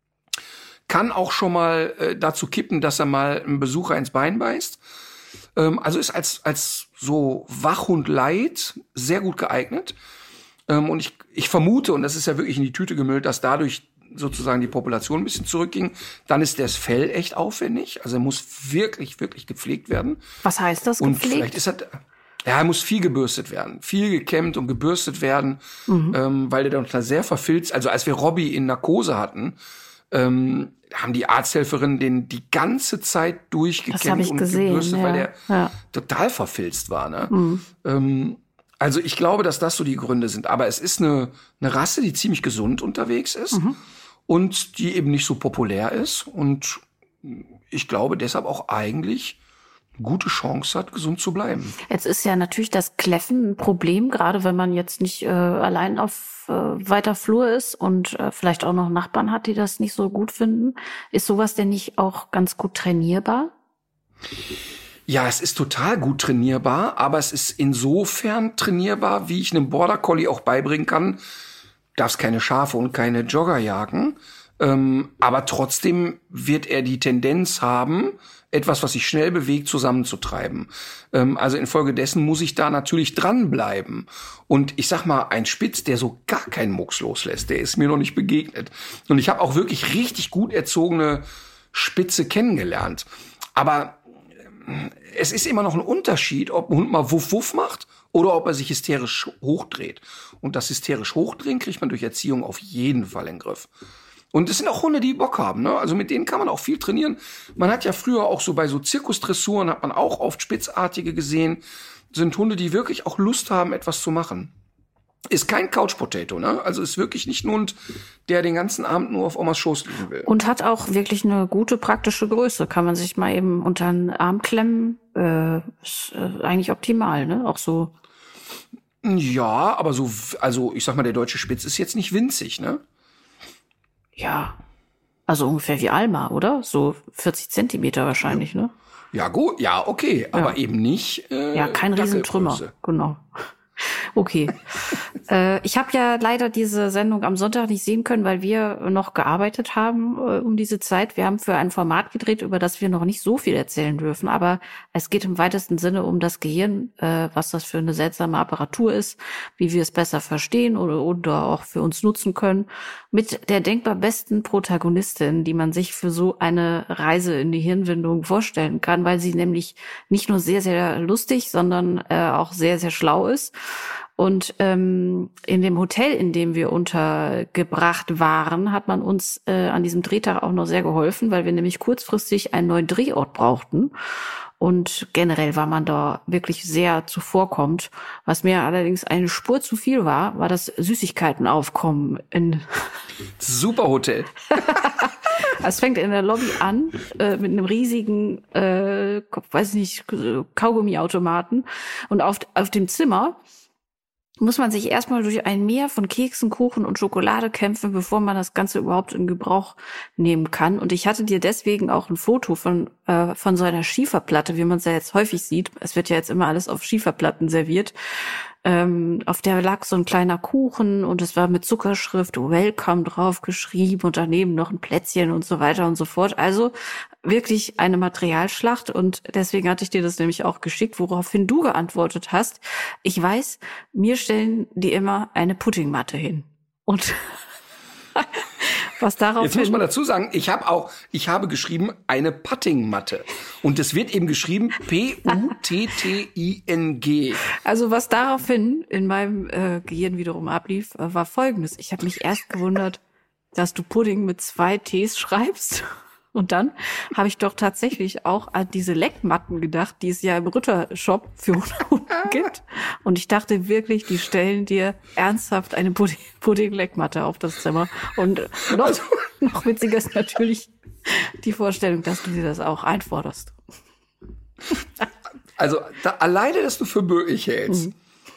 Kann auch schon mal dazu kippen, dass er mal einen Besucher ins Bein beißt. Also ist als so Wachhund Light sehr gut geeignet. Und ich vermute, und das ist ja wirklich in die Tüte gemüllt, dass dadurch sozusagen die Population ein bisschen zurückging. Dann ist das Fell echt aufwendig. Also er muss wirklich, wirklich gepflegt werden. Was heißt das, und gepflegt? Vielleicht ist er muss viel gebürstet werden. Viel gekämmt und gebürstet werden, weil der dann sehr verfilzt. Also als wir Robby in Narkose hatten, haben die Arzthelferinnen den die ganze Zeit durchgekämmt und gebürstet, weil der total verfilzt war. Ne? Also ich glaube, dass das so die Gründe sind. Aber es ist eine Rasse, die ziemlich gesund unterwegs ist und die eben nicht so populär ist. Und ich glaube deshalb auch eigentlich eine gute Chance hat, gesund zu bleiben. Jetzt ist ja natürlich das Kläffen ein Problem, gerade wenn man jetzt nicht allein auf weiter Flur ist und vielleicht auch noch Nachbarn hat, die das nicht so gut finden. Ist sowas denn nicht auch ganz gut trainierbar? Ja, es ist total gut trainierbar, aber es ist insofern trainierbar, wie ich einem Border Collie auch beibringen kann, darfst keine Schafe und keine Jogger jagen, aber trotzdem wird er die Tendenz haben, etwas, was sich schnell bewegt, zusammenzutreiben. Also infolgedessen muss ich da natürlich dranbleiben. Und ich sag mal, ein Spitz, der so gar keinen Mucks loslässt, der ist mir noch nicht begegnet. Und ich habe auch wirklich richtig gut erzogene Spitze kennengelernt. Aber es ist immer noch ein Unterschied, ob ein Hund mal Wuff-Wuff macht oder ob er sich hysterisch hochdreht. Und das hysterisch Hochdrehen kriegt man durch Erziehung auf jeden Fall in den Griff. Und es sind auch Hunde, die Bock haben, ne? Also mit denen kann man auch viel trainieren. Man hat ja früher auch so bei so Zirkusdressuren hat man auch oft Spitzartige gesehen. Sind Hunde, die wirklich auch Lust haben, etwas zu machen. Ist kein Couch-Potato, ne? Also ist wirklich nicht ein Hund, der den ganzen Abend nur auf Omas Schoß liegen will. Und hat auch wirklich eine gute praktische Größe. Kann man sich mal eben unter den Arm klemmen. Ist eigentlich optimal, ne? Auch so. Ja, aber so, also ich sag mal, der deutsche Spitz ist jetzt nicht winzig, ne? Ja, also ungefähr wie Alma, oder? So 40 Zentimeter wahrscheinlich, ne? Ja, gut, ja, okay, aber eben nicht ja, kein Riesentrümmer, genau. Okay. Ich habe ja leider diese Sendung am Sonntag nicht sehen können, weil wir noch gearbeitet haben um diese Zeit. Wir haben für ein Format gedreht, über das wir noch nicht so viel erzählen dürfen. Aber es geht im weitesten Sinne um das Gehirn, was das für eine seltsame Apparatur ist, wie wir es besser verstehen oder auch für uns nutzen können. Mit der denkbar besten Protagonistin, die man sich für so eine Reise in die Hirnwindung vorstellen kann, weil sie nämlich nicht nur sehr, sehr lustig, sondern auch sehr, sehr schlau ist. Und in dem Hotel, in dem wir untergebracht waren, hat man uns an diesem Drehtag auch noch sehr geholfen, weil wir nämlich kurzfristig einen neuen Drehort brauchten. Und generell war man da wirklich sehr zuvorkommend. Was mir allerdings eine Spur zu viel war das Süßigkeitenaufkommen in Super Hotel. Es fängt in der Lobby an mit einem riesigen, Kaugummiautomaten. Und auf dem Zimmer muss man sich erstmal durch ein Meer von Keksen, Kuchen und Schokolade kämpfen, bevor man das Ganze überhaupt in Gebrauch nehmen kann. Und ich hatte dir deswegen auch ein Foto von so einer Schieferplatte, wie man es ja jetzt häufig sieht. Es wird ja jetzt immer alles auf Schieferplatten serviert. Auf der lag so ein kleiner Kuchen und es war mit Zuckerschrift Welcome drauf geschrieben und daneben noch ein Plätzchen und so weiter und so fort. Also wirklich eine Materialschlacht und deswegen hatte ich dir das nämlich auch geschickt, woraufhin du geantwortet hast. Ich weiß, mir stellen die immer eine Puddingmatte hin. Und was darauf Jetzt muss man dazu sagen, ich habe geschrieben eine Puttingmatte. Und es wird eben geschrieben P-U-T-T-I-N-G. Also was daraufhin in meinem Gehirn wiederum ablief, war Folgendes. Ich habe mich erst gewundert, dass du Pudding mit 2 Ts schreibst. Und dann habe ich doch tatsächlich auch an diese Leckmatten gedacht, die es ja im Rütter-Shop für Hunde gibt. Und ich dachte wirklich, die stellen dir ernsthaft eine Pudding-Leckmatte auf das Zimmer. Und noch witziger ist natürlich die Vorstellung, dass du dir das auch einforderst. Also alleine, dass du für möglich hältst,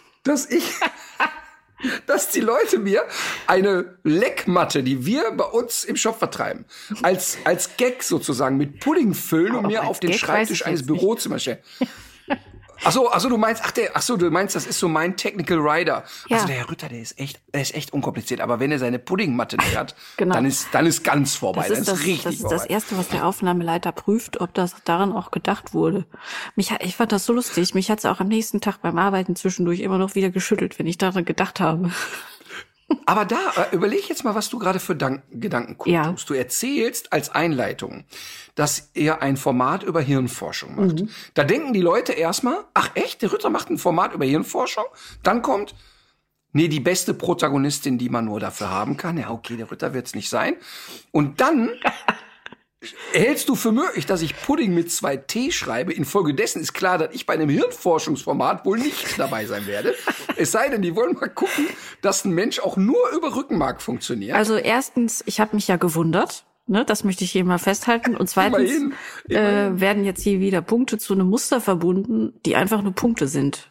dass die Leute mir eine Leckmatte, die wir bei uns im Shop vertreiben, als Gag sozusagen mit Pudding füllen und mir auf den Schreibtisch eines Bürozimmers stellen. Du meinst, das ist so mein Technical Rider. Ja. Also der Herr Rütter, der ist echt unkompliziert. Aber wenn er seine Puddingmatte nicht hat, genau. dann ist ganz vorbei. Das ist das Erste, was der Aufnahmeleiter prüft, ob das daran auch gedacht wurde. Ich fand das so lustig. Mich hat es auch am nächsten Tag beim Arbeiten zwischendurch immer noch wieder geschüttelt, wenn ich daran gedacht habe. Aber da, überleg jetzt mal, was du gerade für Gedanken tust. Ja. Du erzählst als Einleitung, dass er ein Format über Hirnforschung macht. Mhm. Da denken die Leute erstmal, ach echt, der Rütter macht ein Format über Hirnforschung? Dann kommt, nee, die beste Protagonistin, die man nur dafür haben kann. Ja, okay, der Rütter wird's nicht sein. Und dann hältst du für möglich, dass ich Pudding mit 2 T schreibe? Infolgedessen ist klar, dass ich bei einem Hirnforschungsformat wohl nicht dabei sein werde. Es sei denn, die wollen mal gucken, dass ein Mensch auch nur über Rückenmark funktioniert. Also erstens, ich habe mich ja gewundert. Ne, das möchte ich hier mal festhalten. Und zweitens immerhin. Werden jetzt hier wieder Punkte zu einem Muster verbunden, die einfach nur Punkte sind.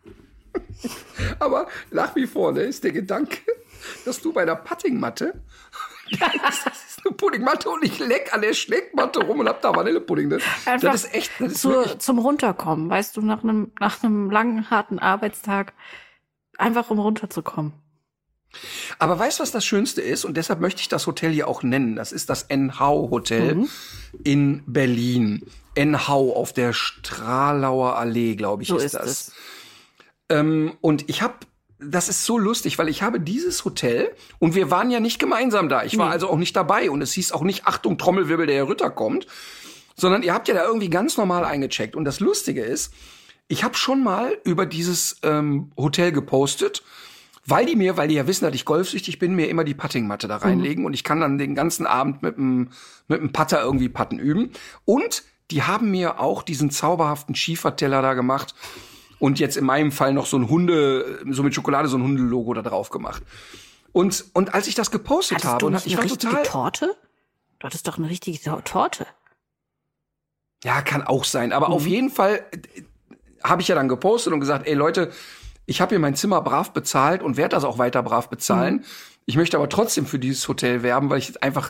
Aber nach wie vor ist der Gedanke, dass du bei der Puttingmatte das ist eine Puddingmatte und ich leck an der Schneckmatte rum und hab da Vanillepudding drin. Einfach das ist zum Runterkommen, weißt du, nach einem langen, harten Arbeitstag, einfach um runterzukommen. Aber weißt du, was das Schönste ist? Und deshalb möchte ich das Hotel hier auch nennen. Das ist das NH-Hotel in Berlin. NH auf der Stralauer Allee, glaube ich, so ist das. Und das ist so lustig, weil ich habe dieses Hotel und wir waren ja nicht gemeinsam da. Ich war also auch nicht dabei und es hieß auch nicht, Achtung, Trommelwirbel, der Herr Rütter kommt, sondern ihr habt ja da irgendwie ganz normal eingecheckt. Und das Lustige ist, ich habe schon mal über dieses Hotel gepostet, weil die ja wissen, dass ich golfsüchtig bin, mir immer die Puttingmatte da reinlegen und ich kann dann den ganzen Abend mit dem Putter irgendwie Putten üben. Und die haben mir auch diesen zauberhaften Schieferteller da gemacht. Und jetzt in meinem Fall noch so mit Schokolade so ein Hundelogo da drauf gemacht. Und als ich das gepostet habe, ich war total Torte? Du hattest doch eine richtige Torte. Ja, kann auch sein. Aber auf jeden Fall habe ich ja dann gepostet und gesagt, ey Leute, ich habe hier mein Zimmer brav bezahlt und werde das auch weiter brav bezahlen. Ich möchte aber trotzdem für dieses Hotel werben, weil ich einfach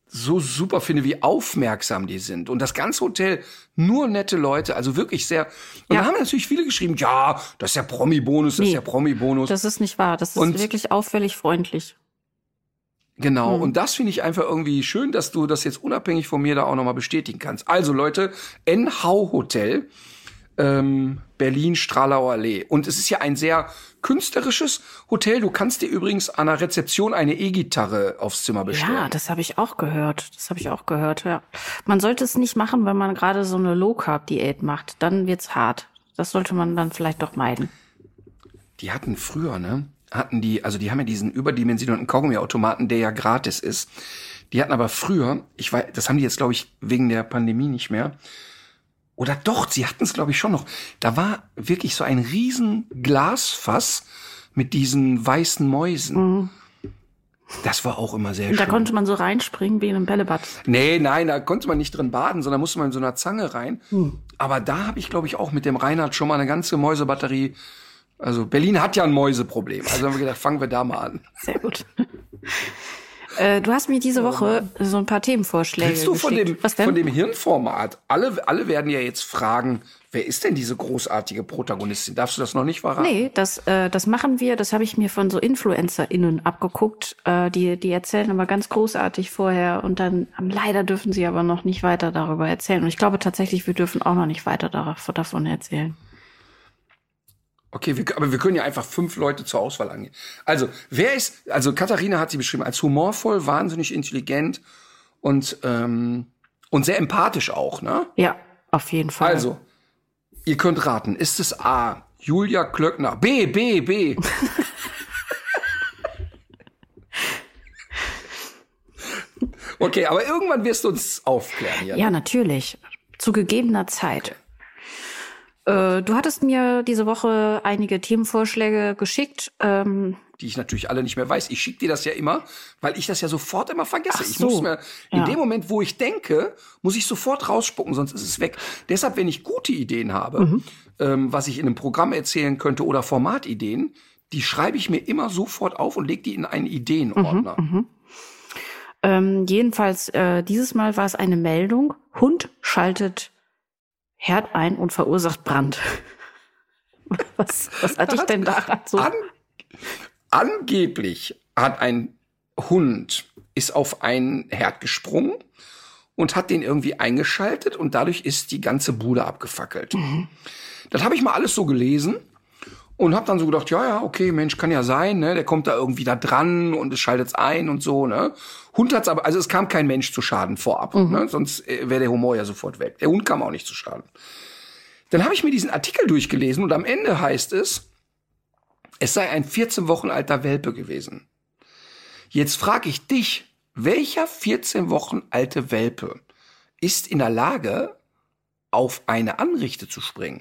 so super finde, wie aufmerksam die sind. Und das ganze Hotel, nur nette Leute, also wirklich sehr. Und da haben natürlich viele geschrieben, ja, das ist der Promi-Bonus, das ist der Promi-Bonus. Das ist nicht wahr, das ist wirklich auffällig freundlich. Genau, und das finde ich einfach irgendwie schön, dass du das jetzt unabhängig von mir da auch nochmal bestätigen kannst. Also Leute, NH Hotel, Berlin, Stralauer Allee. Und es ist ja ein sehr künstlerisches Hotel. Du kannst dir übrigens an der Rezeption eine E-Gitarre aufs Zimmer bestellen. Ja, das habe ich auch gehört. Ja. Man sollte es nicht machen, wenn man gerade so eine Low-Carb-Diät macht. Dann wird's hart. Das sollte man dann vielleicht doch meiden. Die hatten früher, die haben ja diesen überdimensionierten Kaugummi-Automaten, der ja gratis ist. Die hatten aber früher, das haben die jetzt, glaube ich, wegen der Pandemie nicht mehr. Oder doch, sie hatten es, glaube ich, schon noch. Da war wirklich so ein riesen Glasfass mit diesen weißen Mäusen. Mhm. Das war auch immer sehr schön. Da konnte man so reinspringen wie in einem Bällebad. Nein, da konnte man nicht drin baden, sondern musste man in so einer Zange rein. Aber da habe ich, glaube ich, auch mit dem Reinhard schon mal eine ganze Mäusebatterie. Also Berlin hat ja ein Mäuseproblem. Also haben wir gedacht, fangen wir da mal an. Sehr gut. Du hast mir diese Woche so ein paar Themenvorschläge geschickt. Was denn? Von dem Hirnformat? Alle werden ja jetzt fragen, wer ist denn diese großartige Protagonistin? Darfst du das noch nicht verraten? Nee, das machen wir. Das habe ich mir von so InfluencerInnen abgeguckt. Die erzählen aber ganz großartig vorher und dann leider dürfen sie aber noch nicht weiter darüber erzählen. Und ich glaube tatsächlich, wir dürfen auch noch nicht weiter davon erzählen. Okay, aber wir können ja einfach 5 Leute zur Auswahl angehen. Also, Katharina hat sie beschrieben als humorvoll, wahnsinnig intelligent und sehr empathisch auch, ne? Ja, auf jeden Fall. Also, ihr könnt raten, ist es A, Julia Klöckner, B. Okay, aber irgendwann wirst du uns aufklären hier. Ja, natürlich. Zu gegebener Zeit. Okay. Du hattest mir diese Woche einige Themenvorschläge geschickt. Die ich natürlich alle nicht mehr weiß. Ich schicke dir das ja immer, weil ich das ja sofort immer vergesse. Ach so. Ich muss mir in dem Moment, wo ich denke, muss ich sofort rausspucken, sonst ist es weg. Deshalb, wenn ich gute Ideen habe, was ich in einem Programm erzählen könnte oder Formatideen, die schreibe ich mir immer sofort auf und lege die in einen Ideenordner. Jedenfalls, dieses Mal war es eine Meldung. Hund schaltet Herd ein und verursacht Brand. Was hatte ich denn daran so? Angeblich hat ein Hund, ist auf einen Herd gesprungen und hat den irgendwie eingeschaltet und dadurch ist die ganze Bude abgefackelt. Das habe ich mal alles so gelesen und habe dann so gedacht, ja, okay, Mensch, kann ja sein, ne? Der kommt da irgendwie da dran und es schaltet's ein und so, ne? Hund hat's aber, also es kam kein Mensch zu Schaden vorab, ne? Sonst wäre der Humor ja sofort weg. Der Hund kam auch nicht zu Schaden. Dann habe ich mir diesen Artikel durchgelesen und am Ende heißt es sei ein 14 Wochen alter Welpe gewesen. Jetzt frage ich dich, welcher 14 Wochen alte Welpe ist in der Lage, auf eine Anrichte zu springen?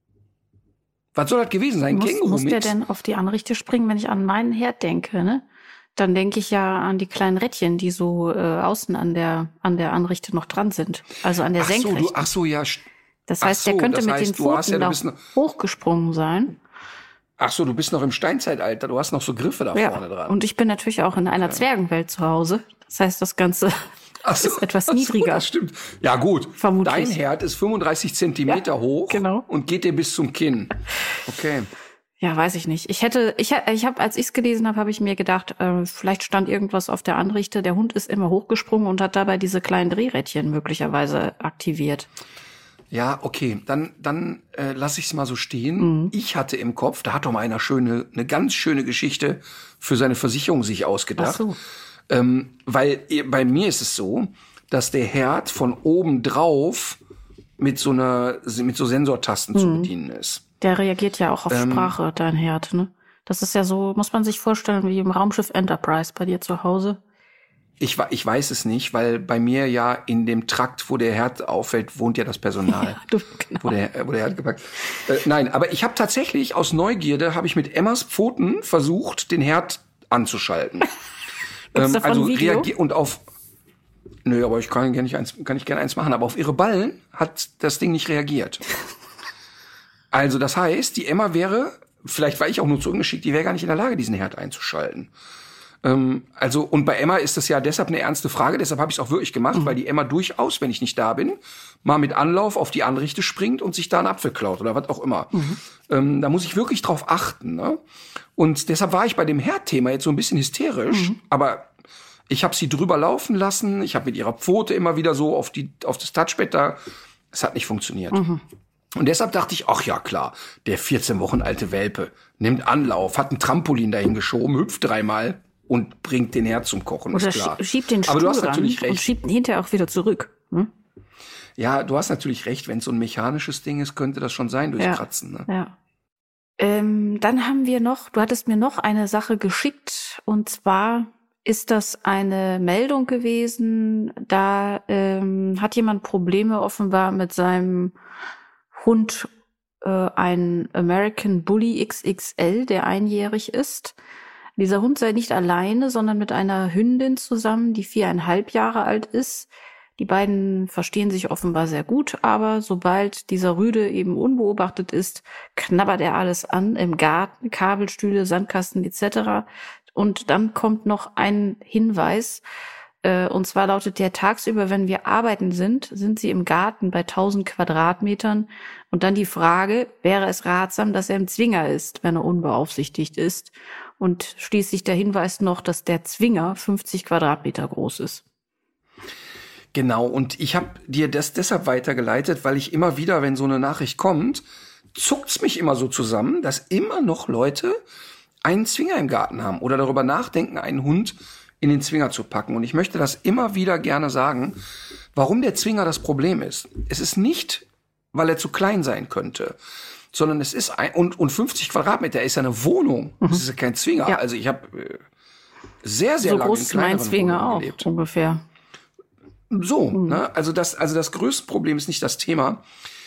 Was soll das gewesen sein? Muss der denn auf die Anrichte springen, wenn ich an meinen Herd denke, ne? Dann denke ich ja an die kleinen Rädchen, die so außen an der Anrichte noch dran sind. Also an der Senkrechten. Ach so, ja. Das heißt, der könnte mit den Pfoten da hochgesprungen sein. Ach so, du bist noch im Steinzeitalter. Du hast noch so Griffe da vorne dran. Und ich bin natürlich auch in einer Zwergenwelt zu Hause. Das heißt, das Ganze ist etwas niedriger. Das stimmt. Ja gut, vermutlich. Dein Herd ist 35 Zentimeter hoch und geht dir bis zum Kinn. Okay. Ja, weiß ich nicht. Ich habe, als ich es gelesen habe, habe ich mir gedacht, vielleicht stand irgendwas auf der Anrichte. Der Hund ist immer hochgesprungen und hat dabei diese kleinen Drehrädchen möglicherweise aktiviert. Ja, okay, dann lasse ich es mal so stehen. Ich hatte im Kopf, da hat doch mal einer eine ganz schöne Geschichte für seine Versicherung sich ausgedacht. Ach so. Weil bei mir ist es so, dass der Herd von oben drauf mit so Sensortasten zu bedienen ist. Der reagiert ja auch auf Sprache, dein Herd, ne? Das ist ja so, muss man sich vorstellen, wie im Raumschiff Enterprise bei dir zu Hause. Ich weiß es nicht, weil bei mir ja in dem Trakt, wo der Herd auffällt, wohnt ja das Personal. Ja, genau. Wo der Herd gepackt. Nein, aber ich habe tatsächlich aus Neugierde mit Emmas Pfoten versucht, den Herd anzuschalten. Gibt's davon ein Video? Nö, aber ich kann ich gerne eins machen. Aber auf ihre Ballen hat das Ding nicht reagiert. Also das heißt, die Emma wäre, vielleicht war ich auch nur zu ungeschickt, die wäre gar nicht in der Lage, diesen Herd einzuschalten. Also, und bei Emma ist das ja deshalb eine ernste Frage, deshalb habe ich es auch wirklich gemacht, weil die Emma durchaus, wenn ich nicht da bin, mal mit Anlauf auf die Anrichte springt und sich da einen Apfel klaut oder was auch immer. Da muss ich wirklich drauf achten, ne? Und deshalb war ich bei dem Herdthema jetzt so ein bisschen hysterisch, aber ich habe sie drüber laufen lassen, ich habe mit ihrer Pfote immer wieder so auf das Touchbett da, es hat nicht funktioniert. Und deshalb dachte ich, ach ja, klar, der 14 Wochen alte Welpe nimmt Anlauf, hat ein Trampolin dahin geschoben, hüpft 3-mal und bringt den Herd zum Kochen, oder ist klar. Schiebt den Stuhl aber du hast natürlich recht. Und schiebt ihn hinterher auch wieder zurück. Ja, du hast natürlich recht, wenn es so ein mechanisches Ding ist, könnte das schon sein, durchkratzen. Ne? Ja. Dann haben wir noch, du hattest mir noch eine Sache geschickt, und zwar ist das eine Meldung gewesen, da hat jemand Probleme offenbar mit seinem Hund, ein American Bully XXL, der einjährig ist. Dieser Hund sei nicht alleine, sondern mit einer Hündin zusammen, die 4,5 Jahre alt ist. Die beiden verstehen sich offenbar sehr gut, aber sobald dieser Rüde eben unbeobachtet ist, knabbert er alles an, im Garten, Kabelstühle, Sandkasten etc. Und dann kommt noch ein Hinweis, und zwar lautet der: tagsüber, wenn wir arbeiten sind sie im Garten bei 1000 Quadratmetern. Und dann die Frage, wäre es ratsam, dass er im Zwinger ist, wenn er unbeaufsichtigt ist? Und schließlich der Hinweis noch, dass der Zwinger 50 Quadratmeter groß ist. Genau, und ich habe dir das deshalb weitergeleitet, weil ich immer wieder, wenn so eine Nachricht kommt, zuckt's mich immer so zusammen, dass immer noch Leute einen Zwinger im Garten haben oder darüber nachdenken, einen Hund in den Zwinger zu packen. Und ich möchte das immer wieder gerne sagen, warum der Zwinger das Problem ist. Es ist nicht, weil er zu klein sein könnte, sondern es ist und 50 Quadratmeter ist ja eine Wohnung. Das ist ja kein Zwinger. Ja. Also ich habe sehr, sehr so lange in kleineren mein Zwinger Wohnungen auch gelebt. Ungefähr. So, ne? Also das größte Problem ist nicht das Thema.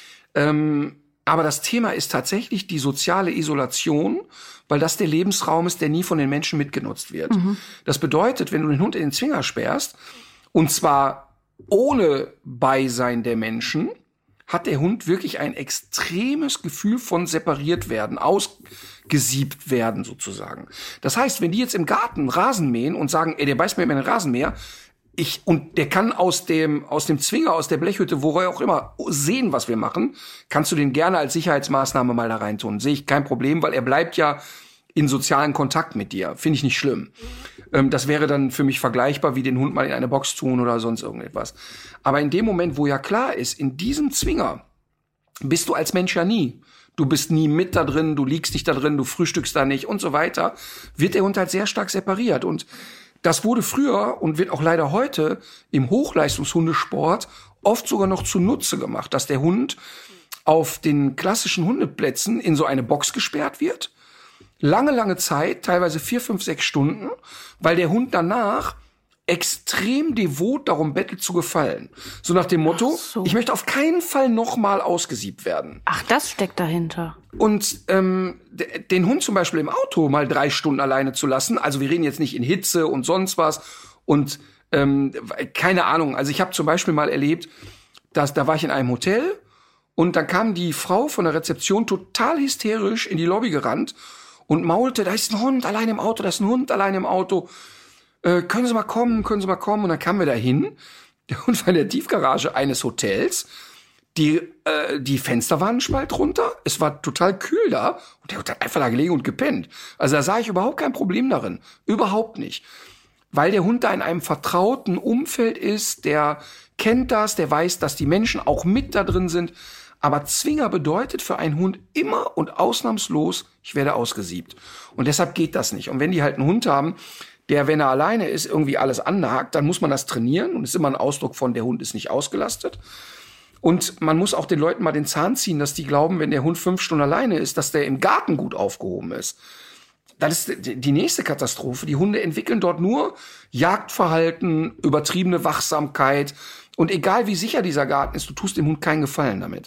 Aber das Thema ist tatsächlich die soziale Isolation, weil das der Lebensraum ist, der nie von den Menschen mitgenutzt wird. Das bedeutet, wenn du den Hund in den Zwinger sperrst, und zwar ohne Beisein der Menschen, hat der Hund wirklich ein extremes Gefühl von separiert werden, ausgesiebt werden sozusagen. Das heißt, wenn die jetzt im Garten Rasen mähen und sagen, ey, der beißt mir in den Rasenmäher, und der kann aus dem Zwinger, aus der Blechhütte, wo auch immer, sehen, was wir machen, kannst du den gerne als Sicherheitsmaßnahme mal da reintun. Sehe ich kein Problem, weil er bleibt ja in sozialen Kontakt mit dir. Finde ich nicht schlimm. Das wäre dann für mich vergleichbar, wie den Hund mal in eine Box tun oder sonst irgendetwas. Aber in dem Moment, wo ja klar ist, in diesem Zwinger bist du als Mensch ja nie. Du bist nie mit da drin, du liegst nicht da drin, du frühstückst da nicht und so weiter, wird der Hund halt sehr stark separiert. Und das wurde früher und wird auch leider heute im Hochleistungshundesport oft sogar noch zunutze gemacht, dass der Hund auf den klassischen Hundeplätzen in so eine Box gesperrt wird. Lange, lange Zeit, teilweise 4, 5, 6 Stunden, weil der Hund danach extrem devot darum bettelt zu gefallen. So nach dem Motto, ich möchte auf keinen Fall nochmal ausgesiebt werden. Ach, das steckt dahinter. Und den Hund zum Beispiel im Auto mal 3 Stunden alleine zu lassen, also wir reden jetzt nicht in Hitze und sonst was und keine Ahnung, also ich habe zum Beispiel mal erlebt, dass da war ich in einem Hotel und dann kam die Frau von der Rezeption total hysterisch in die Lobby gerannt und maulte, da ist ein Hund allein im Auto, da ist ein Hund allein im Auto. Können Sie mal kommen? Und dann kamen wir da hin. Der Hund war in der Tiefgarage eines Hotels. Die Fenster waren einen Spalt runter. Es war total kühl da. Und der Hund hat einfach da gelegen und gepennt. Also da sah ich überhaupt kein Problem darin. Überhaupt nicht. Weil der Hund da in einem vertrauten Umfeld ist. Der kennt das. Der weiß, dass die Menschen auch mit da drin sind. Aber Zwinger bedeutet für einen Hund immer und ausnahmslos, ich werde ausgesiebt. Und deshalb geht das nicht. Und wenn die halt einen Hund haben, der, wenn er alleine ist, irgendwie alles annagt, dann muss man das trainieren. Und es ist immer ein Ausdruck von, der Hund ist nicht ausgelastet. Und man muss auch den Leuten mal den Zahn ziehen, dass die glauben, wenn der Hund 5 Stunden alleine ist, dass der im Garten gut aufgehoben ist. Das ist die nächste Katastrophe. Die Hunde entwickeln dort nur Jagdverhalten, übertriebene Wachsamkeit. Und egal wie sicher dieser Garten ist, du tust dem Hund keinen Gefallen damit.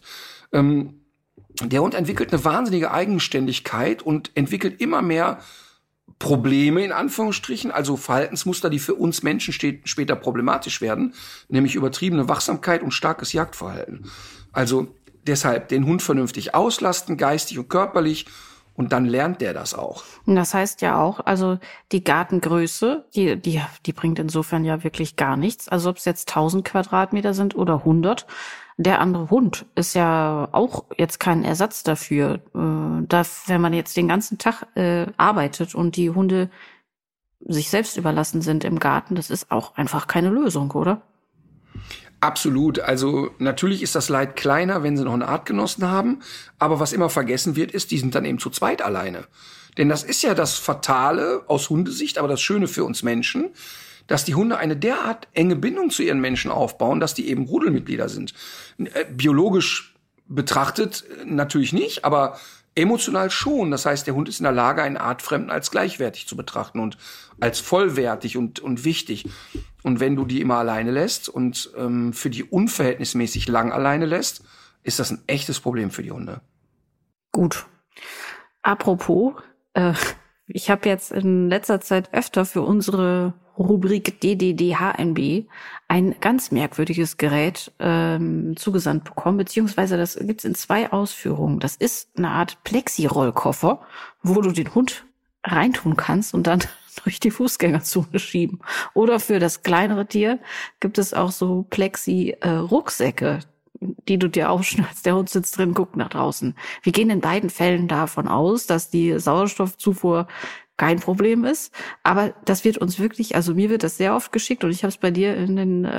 Der Hund entwickelt eine wahnsinnige Eigenständigkeit und entwickelt immer mehr Probleme in Anführungsstrichen, also Verhaltensmuster, die für uns Menschen später problematisch werden, nämlich übertriebene Wachsamkeit und starkes Jagdverhalten. Also deshalb den Hund vernünftig auslasten, geistig und körperlich, Und dann lernt der das auch. Und das heißt ja auch, also die Gartengröße, die bringt insofern ja wirklich gar nichts. Also ob es jetzt 1000 Quadratmeter sind oder 100. Der andere Hund ist ja auch jetzt kein Ersatz dafür. Wenn man jetzt den ganzen Tag arbeitet und die Hunde sich selbst überlassen sind im Garten, das ist auch einfach keine Lösung, oder? Absolut. Also natürlich ist das Leid kleiner, wenn sie noch einen Artgenossen haben. Aber was immer vergessen wird, ist, die sind dann eben zu zweit alleine. Denn das ist ja das Fatale aus Hundesicht, aber das Schöne für uns Menschen, dass die Hunde eine derart enge Bindung zu ihren Menschen aufbauen, dass die eben Rudelmitglieder sind. Biologisch betrachtet natürlich nicht, aber emotional schon. Das heißt, der Hund ist in der Lage, einen Artfremden als gleichwertig zu betrachten und als vollwertig und wichtig. Und wenn du die immer alleine lässt und für die unverhältnismäßig lang alleine lässt, ist das ein echtes Problem für die Hunde. Gut. Apropos, ich habe jetzt in letzter Zeit öfter für unsere Rubrik DDDHNB ein ganz merkwürdiges Gerät zugesandt bekommen, beziehungsweise das gibt's in 2 Ausführungen. Das ist eine Art Plexi-Rollkoffer, wo du den Hund reintun kannst und dann durch die Fußgängerzone schieben. Oder für das kleinere Tier gibt es auch so Plexi-Rucksäcke, die du dir aufschnallst. Der Hund sitzt drin, guckt nach draußen. Wir gehen in beiden Fällen davon aus, dass die Sauerstoffzufuhr kein Problem ist. Aber das wird uns wirklich, also mir wird das sehr oft geschickt und ich habe es bei dir in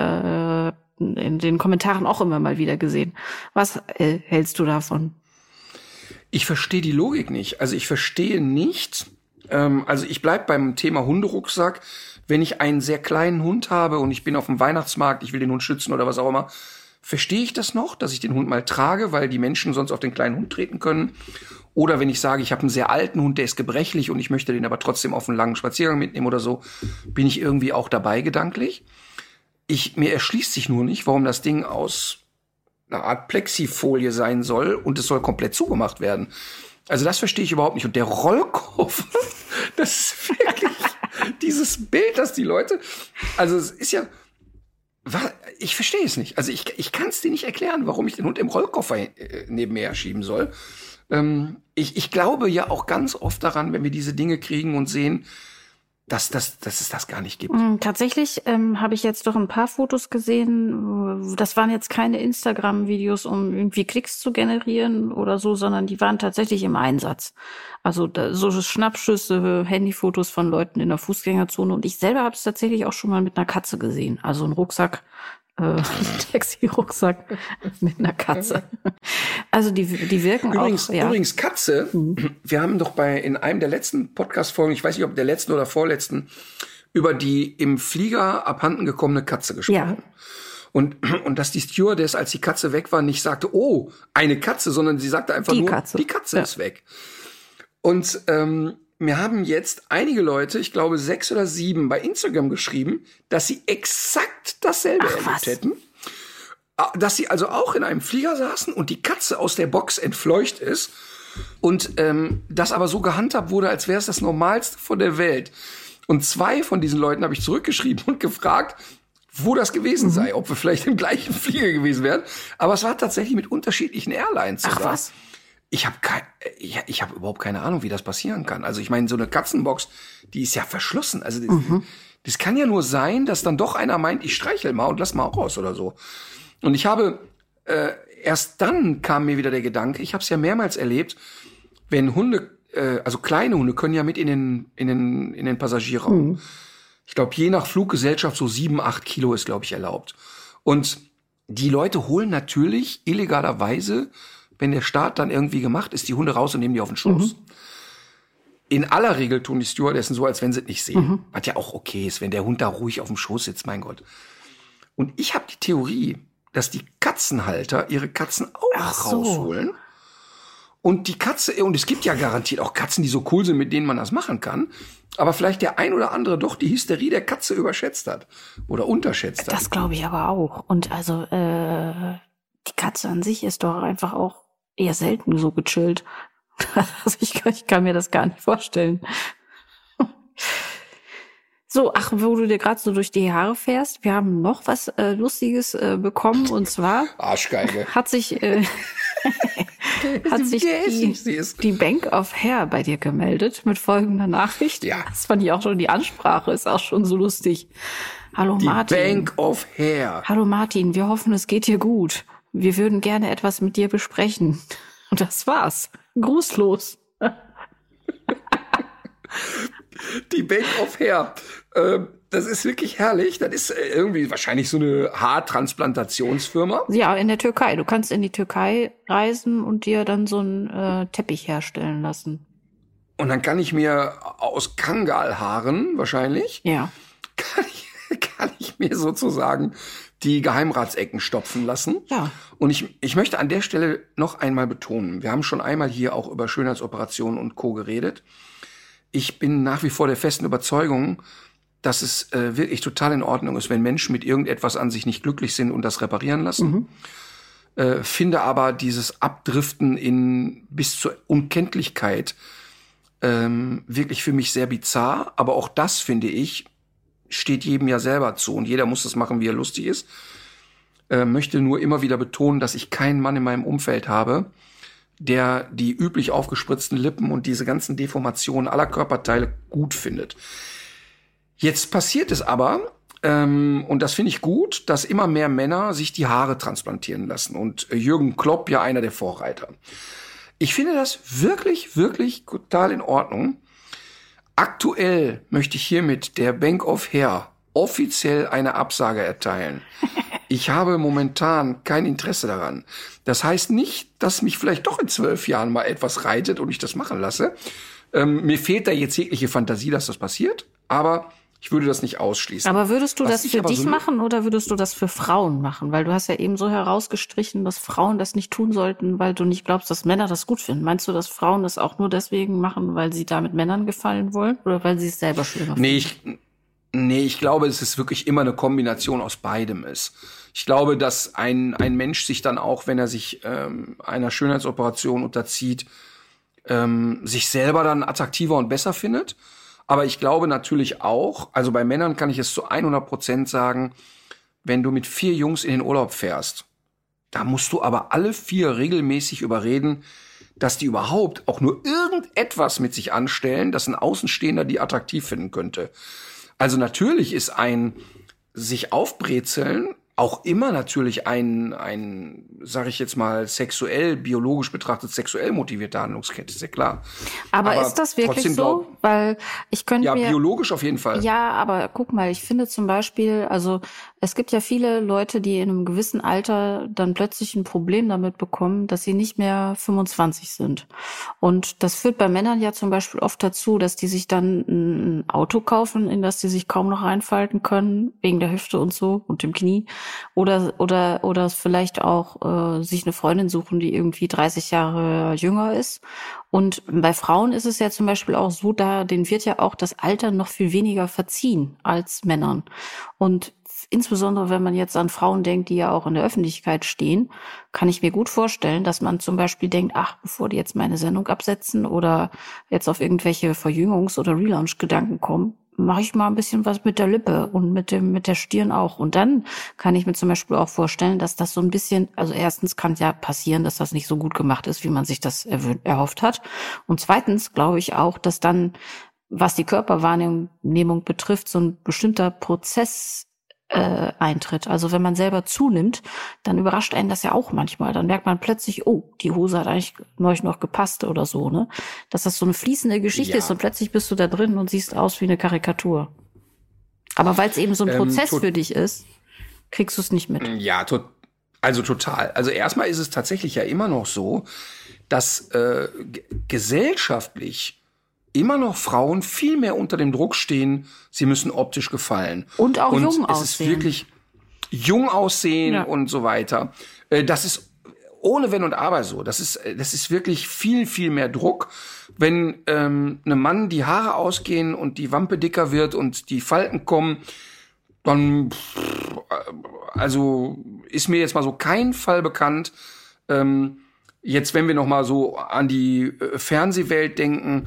den Kommentaren auch immer mal wieder gesehen. Was hältst du davon? Ich verstehe die Logik nicht. Also ich verstehe nicht, also ich bleib beim Thema Hunderucksack. Wenn ich einen sehr kleinen Hund habe und ich bin auf dem Weihnachtsmarkt, ich will den Hund schützen oder was auch immer, verstehe ich das noch, dass ich den Hund mal trage, weil die Menschen sonst auf den kleinen Hund treten können. Oder wenn ich sage, ich habe einen sehr alten Hund, der ist gebrechlich und ich möchte den aber trotzdem auf einen langen Spaziergang mitnehmen oder so, bin ich irgendwie auch dabei gedanklich. Mir erschließt sich nur nicht, warum das Ding aus einer Art Plexifolie sein soll und es soll komplett zugemacht werden. Also das verstehe ich überhaupt nicht. Und der Rollkoffer, das ist wirklich dieses Bild, dass die Leute, also es ist ja, ich verstehe es nicht. Also ich kann es dir nicht erklären, warum ich den Hund im Rollkoffer neben mir herschieben soll. Ich glaube ja auch ganz oft daran, wenn wir diese Dinge kriegen und sehen, dass es das gar nicht gibt. Tatsächlich habe ich jetzt doch ein paar Fotos gesehen. Das waren jetzt keine Instagram-Videos, um irgendwie Klicks zu generieren oder so, sondern die waren tatsächlich im Einsatz. Also so Schnappschüsse, Handyfotos von Leuten in der Fußgängerzone. Und ich selber habe es tatsächlich auch schon mal mit einer Katze gesehen. Also ein Rucksack, Taxi-Rucksack mit einer Katze. Also die wirken übrigens, auch. Ja. Übrigens Katze, wir haben doch in einem der letzten Podcast-Folgen, ich weiß nicht, ob der letzten oder vorletzten, über die im Flieger abhanden gekommene Katze gesprochen. Ja. Und dass die Stewardess, als die Katze weg war, nicht sagte, oh, eine Katze, sondern sie sagte einfach die Katze ist weg. Und mir haben jetzt einige Leute, ich glaube 6 oder 7, bei Instagram geschrieben, dass sie exakt dasselbe erlebt hätten. Dass sie also auch in einem Flieger saßen und die Katze aus der Box entfleucht ist und das aber so gehandhabt wurde, als wäre es das Normalste von der Welt. Und 2 von diesen Leuten habe ich zurückgeschrieben und gefragt, wo das gewesen sei, ob wir vielleicht im gleichen Flieger gewesen wären. Aber es war tatsächlich mit unterschiedlichen Airlines sogar. Ach was? Ich habe überhaupt keine Ahnung, wie das passieren kann. Also ich meine, so eine Katzenbox, die ist ja verschlossen. Also das kann ja nur sein, dass dann doch einer meint, ich streichel mal und lass mal auch raus oder so. Und ich habe, erst dann kam mir wieder der Gedanke, ich habe es ja mehrmals erlebt, wenn Hunde, also kleine Hunde können ja mit in den Passagierraum. Ich glaube, je nach Fluggesellschaft so 7, 8 Kilo ist, glaube ich, erlaubt. Und die Leute holen natürlich illegalerweise, wenn der Start dann irgendwie gemacht ist, die Hunde raus und nehmen die auf den Schoß. In aller Regel tun die Stewardessen so, als wenn sie es nicht sehen. Was ja auch okay ist, wenn der Hund da ruhig auf dem Schoß sitzt, mein Gott. Und ich habe die Theorie, dass die Katzenhalter ihre Katzen auch rausholen. Und die Katze, und es gibt ja garantiert auch Katzen, die so cool sind, mit denen man das machen kann, aber vielleicht der ein oder andere doch die Hysterie der Katze überschätzt hat oder unterschätzt hat. Das glaube ich aber auch. Und also die Katze an sich ist doch einfach auch eher selten so gechillt. Also ich kann mir das gar nicht vorstellen. So, wo du dir gerade so durch die Haare fährst, wir haben noch was Lustiges bekommen und zwar Arschgeige. hat sich hat sich die Bank of Hair bei dir gemeldet mit folgender Nachricht. Ja. Das fand ich auch schon, die Ansprache ist auch schon so lustig. Hallo Martin. Die Bank of Hair. Hallo Martin, wir hoffen, es geht dir gut. Wir würden gerne etwas mit dir besprechen. Und das war's. Grußlos. Die Bank of Hair. Das ist wirklich herrlich. Das ist irgendwie wahrscheinlich so eine Haartransplantationsfirma. Ja, in der Türkei. Du kannst in die Türkei reisen und dir dann so einen Teppich herstellen lassen. Und dann kann ich mir aus Kangalhaaren wahrscheinlich, ja, kann ich mir sozusagen die Geheimratsecken stopfen lassen. Ja. Und ich möchte an der Stelle noch einmal betonen, wir haben schon einmal hier auch über Schönheitsoperationen und Co. geredet. Ich bin nach wie vor der festen Überzeugung, dass es wirklich total in Ordnung ist, wenn Menschen mit irgendetwas an sich nicht glücklich sind und das reparieren lassen. Finde aber dieses Abdriften in bis zur Unkenntlichkeit wirklich für mich sehr bizarr. Aber auch das, finde ich, steht jedem ja selber zu. Und jeder muss das machen, wie er lustig ist. Möchte nur immer wieder betonen, dass ich keinen Mann in meinem Umfeld habe, der die üblich aufgespritzten Lippen und diese ganzen Deformationen aller Körperteile gut findet. Jetzt passiert es aber, und das finde ich gut, dass immer mehr Männer sich die Haare transplantieren lassen. Und Jürgen Klopp ja einer der Vorreiter. Ich finde das wirklich, wirklich total in Ordnung. Aktuell möchte ich hiermit der Bank of Hair offiziell eine Absage erteilen. Ich habe momentan kein Interesse daran. Das heißt nicht, dass mich vielleicht doch in 12 Jahren mal etwas reitet und ich das machen lasse. Mir fehlt da jetzt jegliche Fantasie, dass das passiert, aber ich würde das nicht ausschließen. Aber würdest du das für dich machen oder würdest du das für Frauen machen? Weil du hast ja eben so herausgestrichen, dass Frauen das nicht tun sollten, weil du nicht glaubst, dass Männer das gut finden. Meinst du, dass Frauen das auch nur deswegen machen, weil sie damit Männern gefallen wollen oder weil sie es selber schöner finden? Nee, ich glaube, es ist wirklich immer eine Kombination aus beidem ist. Ich glaube, dass ein Mensch sich dann auch, wenn er sich einer Schönheitsoperation unterzieht, sich selber dann attraktiver und besser findet. Aber ich glaube natürlich auch, also bei Männern kann ich es zu 100% sagen, wenn du mit 4 Jungs in den Urlaub fährst, da musst du aber alle 4 regelmäßig überreden, dass die überhaupt auch nur irgendetwas mit sich anstellen, dass ein Außenstehender die attraktiv finden könnte. Also natürlich ist ein sich aufbrezeln auch immer natürlich ein, sage ich jetzt mal, sexuell, biologisch betrachtet sexuell motivierte Handlungskette, ist ja klar. Aber ist das wirklich so? Weil ich könnte mir... Ja, biologisch auf jeden Fall. Ja, aber guck mal, ich finde zum Beispiel, also es gibt ja viele Leute, die in einem gewissen Alter dann plötzlich ein Problem damit bekommen, dass sie nicht mehr 25 sind. Und das führt bei Männern ja zum Beispiel oft dazu, dass die sich dann ein Auto kaufen, in das sie sich kaum noch reinfalten können, wegen der Hüfte und so und dem Knie. Oder vielleicht auch sich eine Freundin suchen, die irgendwie 30 Jahre jünger ist. Und bei Frauen ist es ja zum Beispiel auch so, denen wird ja auch das Alter noch viel weniger verziehen als Männern. Und insbesondere, wenn man jetzt an Frauen denkt, die ja auch in der Öffentlichkeit stehen, kann ich mir gut vorstellen, dass man zum Beispiel denkt, ach, bevor die jetzt meine Sendung absetzen oder jetzt auf irgendwelche Verjüngungs- oder Relaunch-Gedanken kommen, mache ich mal ein bisschen was mit der Lippe und mit der Stirn auch. Und dann kann ich mir zum Beispiel auch vorstellen, dass das so ein bisschen, also erstens kann ja passieren, dass das nicht so gut gemacht ist, wie man sich das erhofft hat. Und zweitens glaube ich auch, dass dann, was die Körperwahrnehmung betrifft, so ein bestimmter Prozess eintritt. Also wenn man selber zunimmt, dann überrascht einen das ja auch manchmal. Dann merkt man plötzlich, oh, die Hose hat eigentlich neulich noch gepasst oder so, ne? Dass das so eine fließende Geschichte ist und plötzlich bist du da drin und siehst aus wie eine Karikatur. Aber weil es eben so ein Prozess für dich ist, kriegst du es nicht mit. Ja, total. Also erstmal ist es tatsächlich ja immer noch so, dass gesellschaftlich immer noch Frauen viel mehr unter dem Druck stehen, sie müssen optisch gefallen. Und auch jung aussehen. Es ist wirklich jung aussehen und so weiter. Das ist ohne Wenn und Aber so. Das ist wirklich viel, viel mehr Druck. Wenn einem Mann die Haare ausgehen und die Wampe dicker wird und die Falten kommen, dann also ist mir jetzt mal so kein Fall bekannt. Jetzt, wenn wir noch mal so an die Fernsehwelt denken,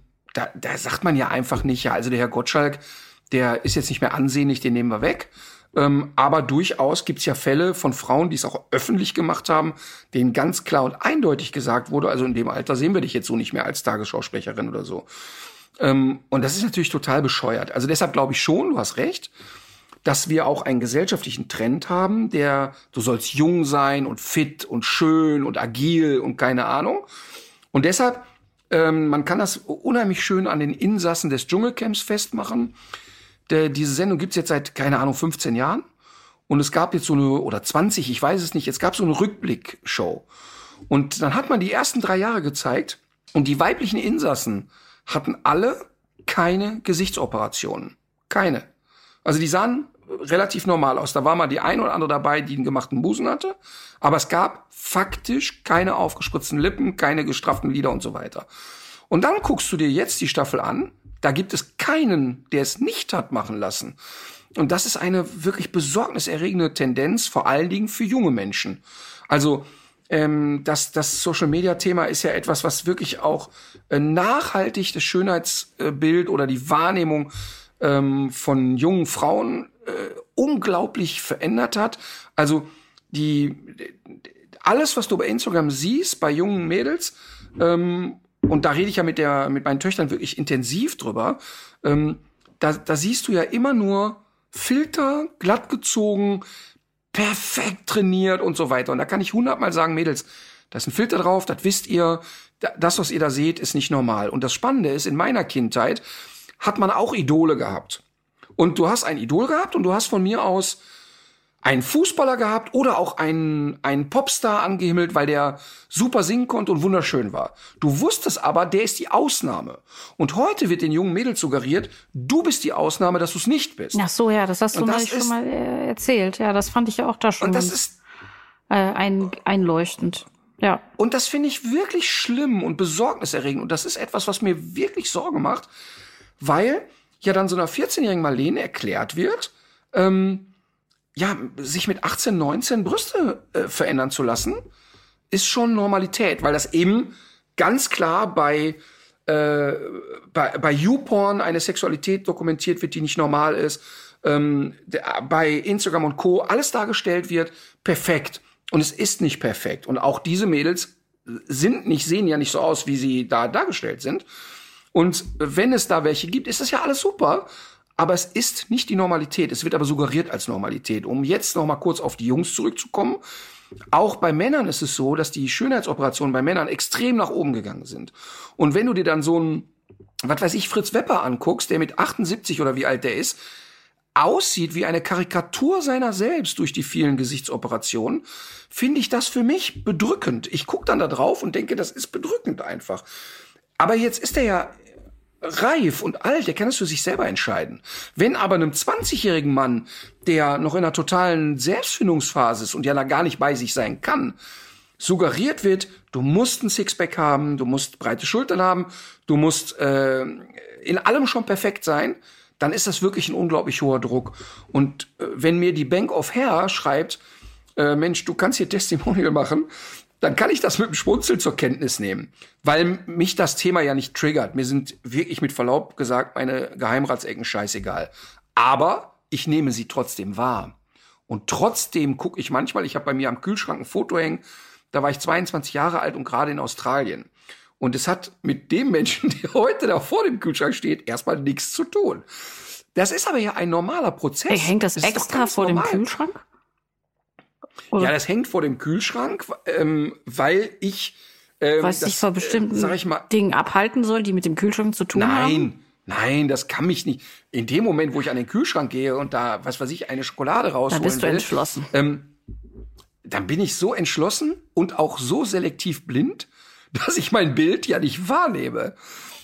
da sagt man ja einfach nicht, ja, also der Herr Gottschalk, der ist jetzt nicht mehr ansehnlich, den nehmen wir weg. Aber durchaus gibt's ja Fälle von Frauen, die es auch öffentlich gemacht haben, denen ganz klar und eindeutig gesagt wurde, also in dem Alter sehen wir dich jetzt so nicht mehr als Tagesschausprecherin oder so. Und das ist natürlich total bescheuert. Also deshalb glaube ich schon, du hast recht, dass wir auch einen gesellschaftlichen Trend haben, du sollst jung sein und fit und schön und agil und keine Ahnung. Und deshalb, man kann das unheimlich schön an den Insassen des Dschungelcamps festmachen. Diese Sendung gibt's jetzt seit, keine Ahnung, 15 Jahren. Und es gab jetzt oder 20, ich weiß es nicht, es gab so eine Rückblickshow. Und dann hat man die ersten 3 Jahre gezeigt und die weiblichen Insassen hatten alle keine Gesichtsoperationen. Keine. Also die sahen relativ normal aus. Da war mal die eine oder andere dabei, die einen gemachten Busen hatte. Aber es gab faktisch keine aufgespritzten Lippen, keine gestrafften Lider und so weiter. Und dann guckst du dir jetzt die Staffel an. Da gibt es keinen, der es nicht hat machen lassen. Und das ist eine wirklich besorgniserregende Tendenz, vor allen Dingen für junge Menschen. Also das Social-Media-Thema ist ja etwas, was wirklich auch nachhaltig das Schönheitsbild oder die Wahrnehmung von jungen Frauen unglaublich verändert hat. Also alles, was du bei Instagram siehst, bei jungen Mädels, und da rede ich ja mit meinen Töchtern wirklich intensiv drüber, da siehst du ja immer nur Filter, glatt gezogen, perfekt trainiert und so weiter. Und da kann ich 100-mal sagen, Mädels, da ist ein Filter drauf, das wisst ihr, das, was ihr da seht, ist nicht normal. Und das Spannende ist, in meiner Kindheit hat man auch Idole gehabt. Und du hast ein Idol gehabt und du hast von mir aus einen Fußballer gehabt oder auch einen Popstar angehimmelt, weil der super singen konnte und wunderschön war. Du wusstest aber, der ist die Ausnahme. Und heute wird den jungen Mädels suggeriert, du bist die Ausnahme, dass du es nicht bist. Ach so, ja, das hast du neulich schon mal erzählt. Ja, das fand ich ja auch da schon. Und das ist einleuchtend. Ja. Und das finde ich wirklich schlimm und besorgniserregend. Und das ist etwas, was mir wirklich Sorge macht, weil ja dann so einer 14-jährigen Marlene erklärt wird, sich mit 18, 19 Brüste verändern zu lassen, ist schon Normalität, weil das eben ganz klar bei YouPorn eine Sexualität dokumentiert wird, die nicht normal ist, bei Instagram und Co. alles dargestellt wird, perfekt. Und es ist nicht perfekt. Und auch diese Mädels sehen ja nicht so aus, wie sie da dargestellt sind. Und wenn es da welche gibt, ist das ja alles super. Aber es ist nicht die Normalität. Es wird aber suggeriert als Normalität. Um jetzt noch mal kurz auf die Jungs zurückzukommen. Auch bei Männern ist es so, dass die Schönheitsoperationen bei Männern extrem nach oben gegangen sind. Und wenn du dir dann so einen, Fritz Wepper anguckst, der mit 78 oder wie alt der ist, aussieht wie eine Karikatur seiner selbst durch die vielen Gesichtsoperationen, finde ich das für mich bedrückend. Ich gucke dann da drauf und denke, das ist bedrückend einfach. Aber jetzt ist er ja reif und alt, der kann es für sich selber entscheiden. Wenn aber einem 20-jährigen Mann, der noch in einer totalen Selbstfindungsphase ist und ja da gar nicht bei sich sein kann, suggeriert wird, du musst ein Sixpack haben, du musst breite Schultern haben, du musst in allem schon perfekt sein, dann ist das wirklich ein unglaublich hoher Druck. Und wenn mir die Bank of Hair schreibt, Mensch, du kannst hier Testimonial machen, dann kann ich das mit dem Schmunzeln zur Kenntnis nehmen, weil mich das Thema ja nicht triggert. Mir sind wirklich mit Verlaub gesagt meine Geheimratsecken scheißegal. Aber ich nehme sie trotzdem wahr. Und trotzdem gucke ich manchmal, ich habe bei mir am Kühlschrank ein Foto hängen, da war ich 22 Jahre alt und gerade in Australien. Und es hat mit dem Menschen, der heute da vor dem Kühlschrank steht, erstmal nichts zu tun. Das ist aber ja ein normaler Prozess. Hey, hängt das extra vor dem Kühlschrank? Oder? Ja, das hängt vor dem Kühlschrank, weil ich was dich vor bestimmten Dingen abhalten soll, die mit dem Kühlschrank zu tun haben? Nein, das kann mich nicht. In dem Moment, wo ich an den Kühlschrank gehe und da, eine Schokolade rausholen will. Da bist du entschlossen. Dann bin ich so entschlossen und auch so selektiv blind, dass ich mein Bild ja nicht wahrnehme.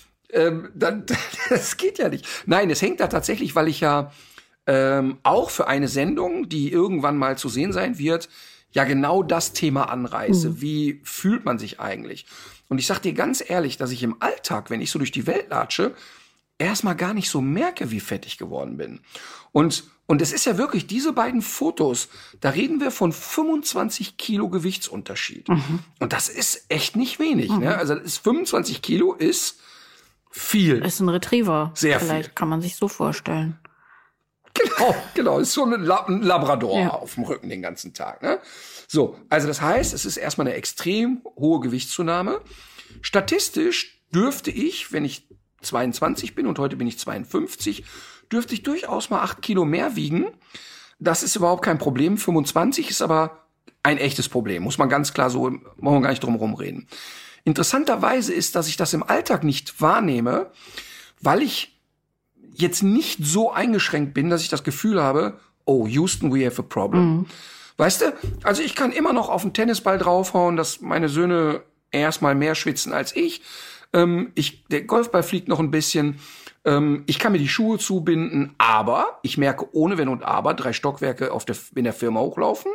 Das geht ja nicht. Nein, es hängt da tatsächlich, weil ich ja auch für eine Sendung, die irgendwann mal zu sehen sein wird, ja genau das Thema anreiße. Wie fühlt man sich eigentlich? Und ich sag dir ganz ehrlich, dass ich im Alltag, wenn ich so durch die Welt latsche, erstmal gar nicht so merke, wie fett ich geworden bin. Und es ist ja wirklich, diese beiden Fotos, da reden wir von 25 Kilo Gewichtsunterschied. Und das ist echt nicht wenig. Ne? Also 25 Kilo ist viel. Ist ein Retriever. Sehr Vielleicht viel. Kann man sich so vorstellen. Genau. Ist so ein Labrador auf dem Rücken den ganzen Tag. Ne? So, also das heißt, es ist erstmal eine extrem hohe Gewichtszunahme. Statistisch dürfte ich, wenn ich 22 bin und heute bin ich 52, dürfte ich durchaus mal 8 Kilo mehr wiegen. Das ist überhaupt kein Problem. 25 ist aber ein echtes Problem. Muss man ganz klar so, wollen wir gar nicht drum herum reden. Interessanterweise ist, dass ich das im Alltag nicht wahrnehme, weil ich jetzt nicht so eingeschränkt bin, dass ich das Gefühl habe, oh, Houston, we have a problem. Weißt du? Also ich kann immer noch auf den Tennisball draufhauen, dass meine Söhne erstmal mehr schwitzen als ich. Der Golfball fliegt noch ein bisschen. Ich kann mir die Schuhe zubinden, aber ich merke ohne Wenn und Aber 3 Stockwerke in der Firma hochlaufen.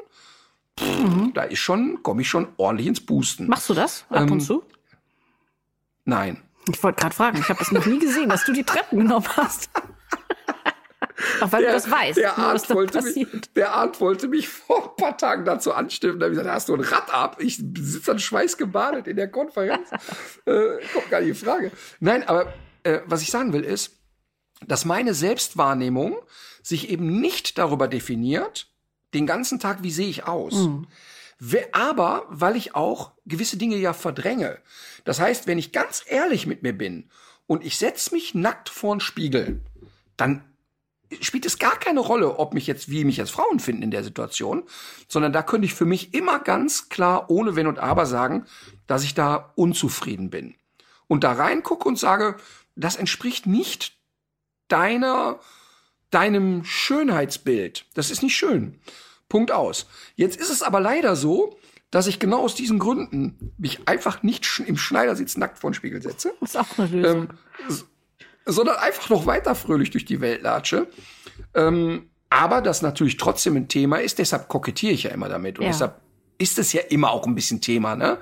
Da komme ich schon ordentlich ins Boosten. Machst du das ab und zu? Nein. Ich wollte gerade fragen, ich habe das noch nie gesehen, dass du die Treppen genommen hast. Auch weil du das weißt. Der Arndt wollte mich vor ein paar Tagen dazu anstimmen. Da habe ich gesagt, hast du ein Rad ab? Ich sitze dann schweißgebadet in der Konferenz. Kommt gar nicht in Frage. Nein, aber was ich sagen will ist, dass meine Selbstwahrnehmung sich eben nicht darüber definiert, den ganzen Tag, wie sehe ich aus. Aber weil ich auch gewisse Dinge ja verdränge. Das heißt, wenn ich ganz ehrlich mit mir bin und ich setze mich nackt vor den Spiegel, dann spielt es gar keine Rolle, wie mich jetzt Frauen finden in der Situation, sondern da könnte ich für mich immer ganz klar ohne Wenn und Aber sagen, dass ich da unzufrieden bin. Und da reingucke und sage, das entspricht nicht deinem Schönheitsbild. Das ist nicht schön. Punkt aus. Jetzt ist es aber leider so, dass ich genau aus diesen Gründen mich einfach nicht im Schneidersitz nackt vor den Spiegel setze. Das ist auch eine Lösung. Sondern einfach noch weiter fröhlich durch die Welt latsche. Aber das natürlich trotzdem ein Thema ist, deshalb kokettiere ich ja immer damit. Und deshalb ist es ja immer auch ein bisschen Thema, ne?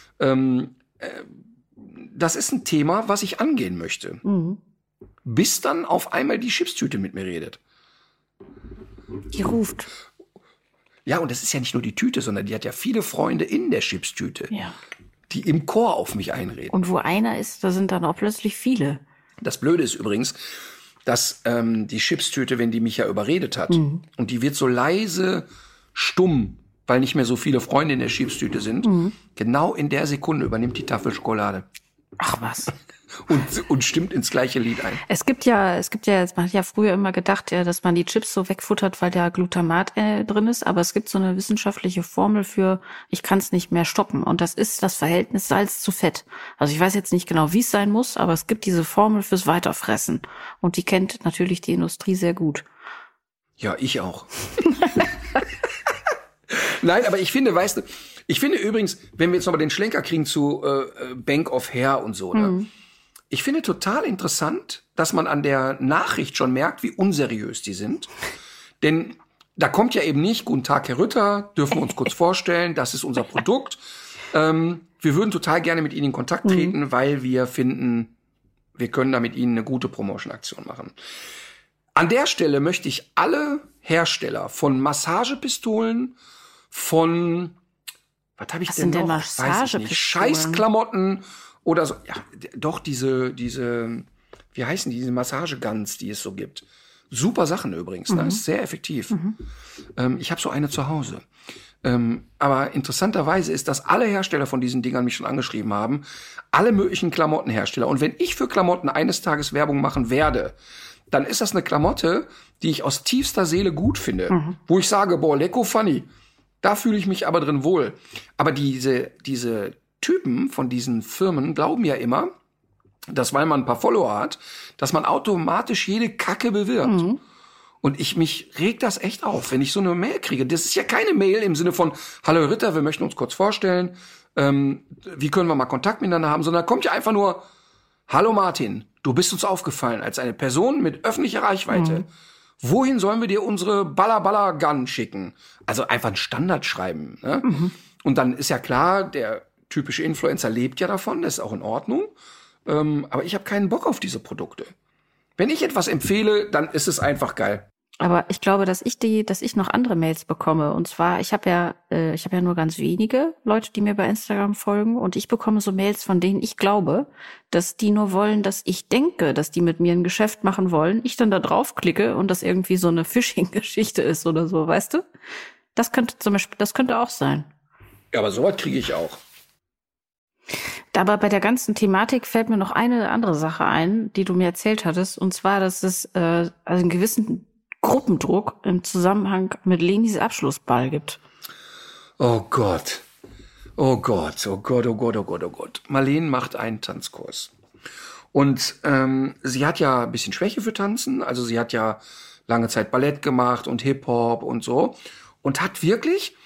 Das ist ein Thema, was ich angehen möchte. Bis dann auf einmal die Chipstüte mit mir redet. Die ruft. Ja, und das ist ja nicht nur die Tüte, sondern die hat ja viele Freunde in der Chipstüte, die im Chor auf mich einreden. Und wo einer ist, da sind dann auch plötzlich viele. Das Blöde ist übrigens, dass die Chipstüte, wenn die mich ja überredet hat, und die wird so leise stumm, weil nicht mehr so viele Freunde in der Chipstüte sind, genau in der Sekunde übernimmt die Tafel Schokolade. Ach was. Und stimmt ins gleiche Lied ein. Es gibt ja, man hat ja früher immer gedacht, dass man die Chips so wegfuttert, weil da Glutamat drin ist, aber es gibt so eine wissenschaftliche Formel für, ich kann es nicht mehr stoppen. Und das ist das Verhältnis Salz zu Fett. Also ich weiß jetzt nicht genau, wie es sein muss, aber es gibt diese Formel fürs Weiterfressen. Und die kennt natürlich die Industrie sehr gut. Ja, ich auch. Nein, aber ich finde übrigens, wenn wir jetzt nochmal den Schlenker kriegen zu Bank of Hair und so, ne? Ich finde total interessant, dass man an der Nachricht schon merkt, wie unseriös die sind. Denn da kommt ja eben nicht, guten Tag, Herr Rütter, dürfen wir uns kurz vorstellen, das ist unser Produkt. Wir würden total gerne mit Ihnen in Kontakt treten, weil wir finden, wir können da mit Ihnen eine gute Promotion-Aktion machen. An der Stelle möchte ich alle Hersteller von Massagepistolen, von, was habe ich denn noch? Weiß ich nicht. Scheißklamotten oder so. Ja, doch diese, wie heißen die, diese Massageguns, die es so gibt. Super Sachen übrigens, ne? Ist sehr effektiv. Ich habe so eine zu Hause. Aber interessanterweise ist, dass alle Hersteller von diesen Dingern mich schon angeschrieben haben. Alle möglichen Klamottenhersteller. Und wenn ich für Klamotten eines Tages Werbung machen werde, dann ist das eine Klamotte, die ich aus tiefster Seele gut finde. Wo ich sage, boah, lecko funny. Da fühle ich mich aber drin wohl. Aber diese Typen von diesen Firmen glauben ja immer, dass, weil man ein paar Follower hat, dass man automatisch jede Kacke bewirbt. Und mich regt das echt auf, wenn ich so eine Mail kriege. Das ist ja keine Mail im Sinne von, hallo Herr Ritter, wir möchten uns kurz vorstellen, wie können wir mal Kontakt miteinander haben, sondern da kommt ja einfach nur, hallo Martin, du bist uns aufgefallen als eine Person mit öffentlicher Reichweite. Wohin sollen wir dir unsere Balla-Balla-Gun schicken? Also einfach ein Standard schreiben. Ne? Und dann ist ja klar, der typische Influencer lebt ja davon, das ist auch in Ordnung. Aber ich habe keinen Bock auf diese Produkte. Wenn ich etwas empfehle, dann ist es einfach geil. Aber ich glaube, dass ich noch andere Mails bekomme. Und zwar, ich habe ja nur ganz wenige Leute, die mir bei Instagram folgen. Und ich bekomme so Mails, von denen ich glaube, dass die nur wollen, dass ich denke, dass die mit mir ein Geschäft machen wollen. Ich dann da draufklicke und das irgendwie so eine Phishing-Geschichte ist oder so, weißt du? Das könnte auch sein. Ja, aber sowas kriege ich auch. Aber bei der ganzen Thematik fällt mir noch eine andere Sache ein, die du mir erzählt hattest. Und zwar, dass es also einen gewissen Gruppendruck im Zusammenhang mit Lenis Abschlussball gibt. Oh Gott. Oh Gott, oh Gott, oh Gott, oh Gott, oh Gott. Marleen macht einen Tanzkurs. Und sie hat ja ein bisschen Schwäche für Tanzen. Also sie hat ja lange Zeit Ballett gemacht und Hip-Hop und so. Und hat wirklich,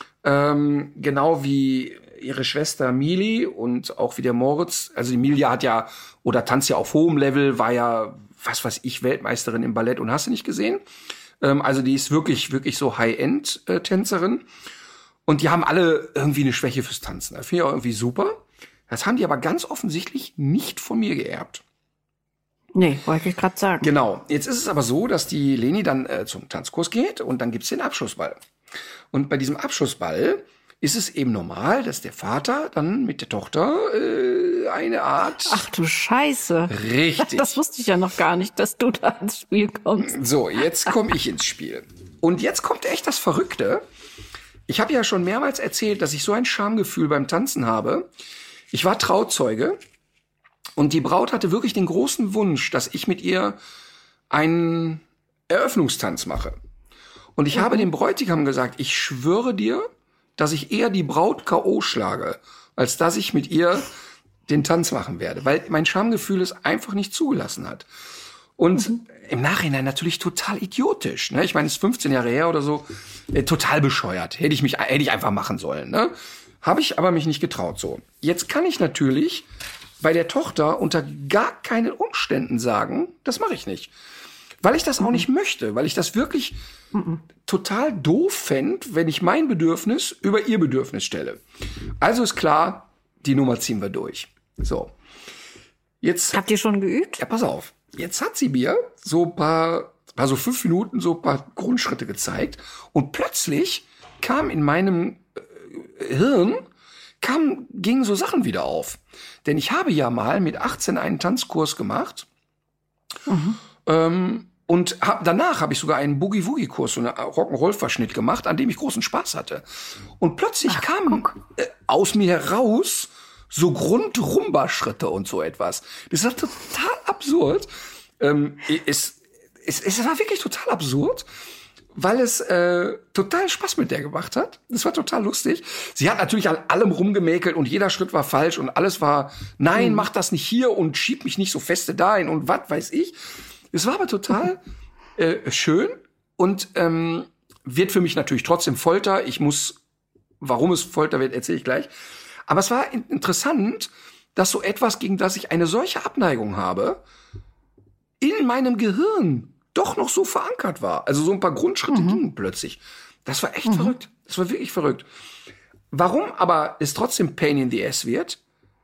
genau wie ihre Schwester Mili und auch wie der Moritz, also die Emilia hat ja, oder tanzt ja auf hohem Level, war ja, was weiß ich, Weltmeisterin im Ballett und hast du nicht gesehen. Also die ist wirklich, wirklich so High-End-Tänzerin. Und die haben alle irgendwie eine Schwäche fürs Tanzen. Das finde ich auch irgendwie super. Das haben die aber ganz offensichtlich nicht von mir geerbt. Nee, wollte ich gerade sagen. Genau. Jetzt ist es aber so, dass die Leni dann zum Tanzkurs geht und dann gibt's den Abschlussball. Und bei diesem Abschlussball ist es eben normal, dass der Vater dann mit der Tochter eine Art... Ach du Scheiße. Richtig. Das wusste ich ja noch gar nicht, dass du da ins Spiel kommst. So, jetzt komme ich ins Spiel. Und jetzt kommt echt das Verrückte. Ich habe ja schon mehrmals erzählt, dass ich so ein Schamgefühl beim Tanzen habe. Ich war Trauzeuge und die Braut hatte wirklich den großen Wunsch, dass ich mit ihr einen Eröffnungstanz mache. Und ich habe dem Bräutigam gesagt, ich schwöre dir, dass ich eher die Braut K.O. schlage, als dass ich mit ihr den Tanz machen werde, weil mein Schamgefühl es einfach nicht zugelassen hat. Und im Nachhinein natürlich total idiotisch. Ne? Ich meine, es ist 15 Jahre her oder so, total bescheuert. Hätte ich einfach machen sollen. Ne? Habe ich aber mich nicht getraut. So, jetzt kann ich natürlich bei der Tochter unter gar keinen Umständen sagen, das mache ich nicht. Weil ich das auch nicht möchte, weil ich das wirklich total doof fände, wenn ich mein Bedürfnis über ihr Bedürfnis stelle. Also ist klar, die Nummer ziehen wir durch. So. Jetzt. Habt ihr schon geübt? Ja, pass auf. Jetzt hat sie mir so 5 Minuten so ein paar Grundschritte gezeigt und plötzlich kam in meinem Hirn gingen so Sachen wieder auf. Denn ich habe ja mal mit 18 einen Tanzkurs gemacht. Und danach habe ich sogar einen Boogie-Woogie-Kurs, so einen Rock'n'Roll-Verschnitt gemacht, an dem ich großen Spaß hatte. Und plötzlich kamen aus mir heraus so Grund-Rumba-Schritte und so etwas. Das war total absurd. Es war wirklich total absurd, weil es total Spaß mit der gemacht hat. Das war total lustig. Sie hat natürlich an allem rumgemäkelt und jeder Schritt war falsch und alles war, nein, mach das nicht hier und schieb mich nicht so feste dahin und was weiß ich. Es war aber total schön und wird für mich natürlich trotzdem Folter. Warum es Folter wird, erzähle ich gleich. Aber es war interessant, dass so etwas, gegen das ich eine solche Abneigung habe, in meinem Gehirn doch noch so verankert war. Also so ein paar Grundschritte gingen plötzlich. Das war echt verrückt. Das war wirklich verrückt. Warum aber es trotzdem Pain in the Ass wird?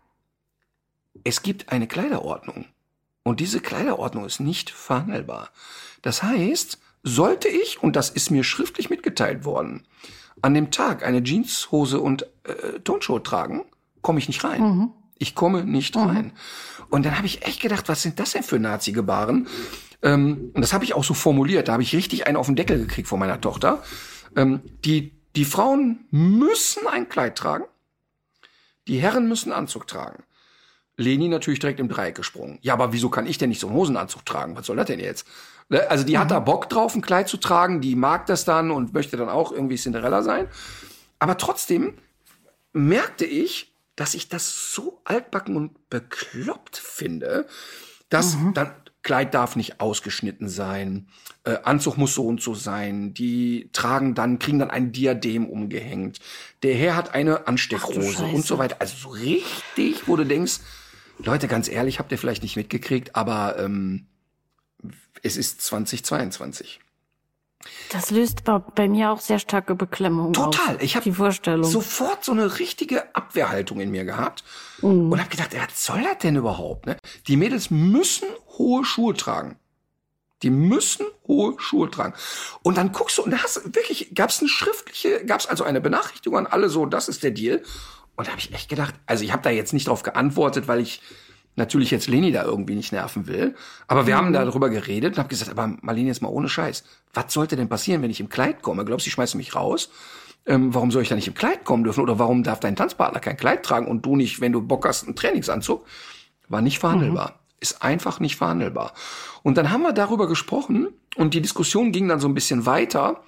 Es gibt eine Kleiderordnung. Und diese Kleiderordnung ist nicht verhandelbar. Das heißt, sollte ich, und das ist mir schriftlich mitgeteilt worden, an dem Tag eine Jeanshose und Turnschuhe tragen, komme ich nicht rein. Ich komme nicht rein. Und dann habe ich echt gedacht, was sind das denn für Nazi-Gebaren? Und das habe ich auch so formuliert. Da habe ich richtig einen auf den Deckel gekriegt von meiner Tochter. Die Frauen müssen ein Kleid tragen. Die Herren müssen Anzug tragen. Leni natürlich direkt im Dreieck gesprungen. Ja, aber wieso kann ich denn nicht so einen Hosenanzug tragen? Was soll das denn jetzt? Also die hat da Bock drauf, ein Kleid zu tragen. Die mag das dann und möchte dann auch irgendwie Cinderella sein. Aber trotzdem merkte ich, dass ich das so altbacken und bekloppt finde, dass dann Kleid darf nicht ausgeschnitten sein, Anzug muss so und so sein, die kriegen dann ein Diadem umgehängt, der Herr hat eine Ansteckrose und so weiter. Also so richtig, wo du denkst, Leute, ganz ehrlich, habt ihr vielleicht nicht mitgekriegt, aber es ist 2022. Das löst bei mir auch sehr starke Beklemmung aus. Total. Ich habe sofort so eine richtige Abwehrhaltung in mir gehabt und habe gedacht, was soll das denn überhaupt? Ne? Die Mädels müssen hohe Schuhe tragen. Die müssen hohe Schuhe tragen. Und dann guckst du, und da gab's also eine Benachrichtigung an alle so, das ist der Deal. Und da habe ich echt gedacht, also ich habe da jetzt nicht drauf geantwortet, weil ich natürlich jetzt Leni da irgendwie nicht nerven will. Aber wir haben darüber geredet und habe gesagt, aber Marlene, jetzt mal ohne Scheiß. Was sollte denn passieren, wenn ich im Kleid komme? Glaubst du, die schmeißen mich raus? Warum soll ich da nicht im Kleid kommen dürfen? Oder warum darf dein Tanzpartner kein Kleid tragen und du nicht, wenn du Bock hast, einen Trainingsanzug? War nicht verhandelbar. Ist einfach nicht verhandelbar. Und dann haben wir darüber gesprochen und die Diskussion ging dann so ein bisschen weiter.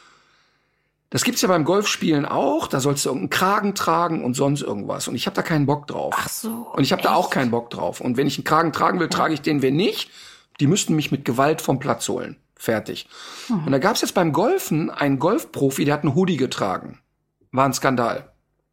Das gibt's ja beim Golfspielen auch. Da sollst du irgendeinen Kragen tragen und sonst irgendwas. Und ich habe da keinen Bock drauf. Ach so. Und ich habe da auch keinen Bock drauf. Und wenn ich einen Kragen tragen will, trage ich den. Wenn nicht, die müssten mich mit Gewalt vom Platz holen. Fertig. Und da gab's jetzt beim Golfen einen Golfprofi, der hat einen Hoodie getragen. War ein Skandal.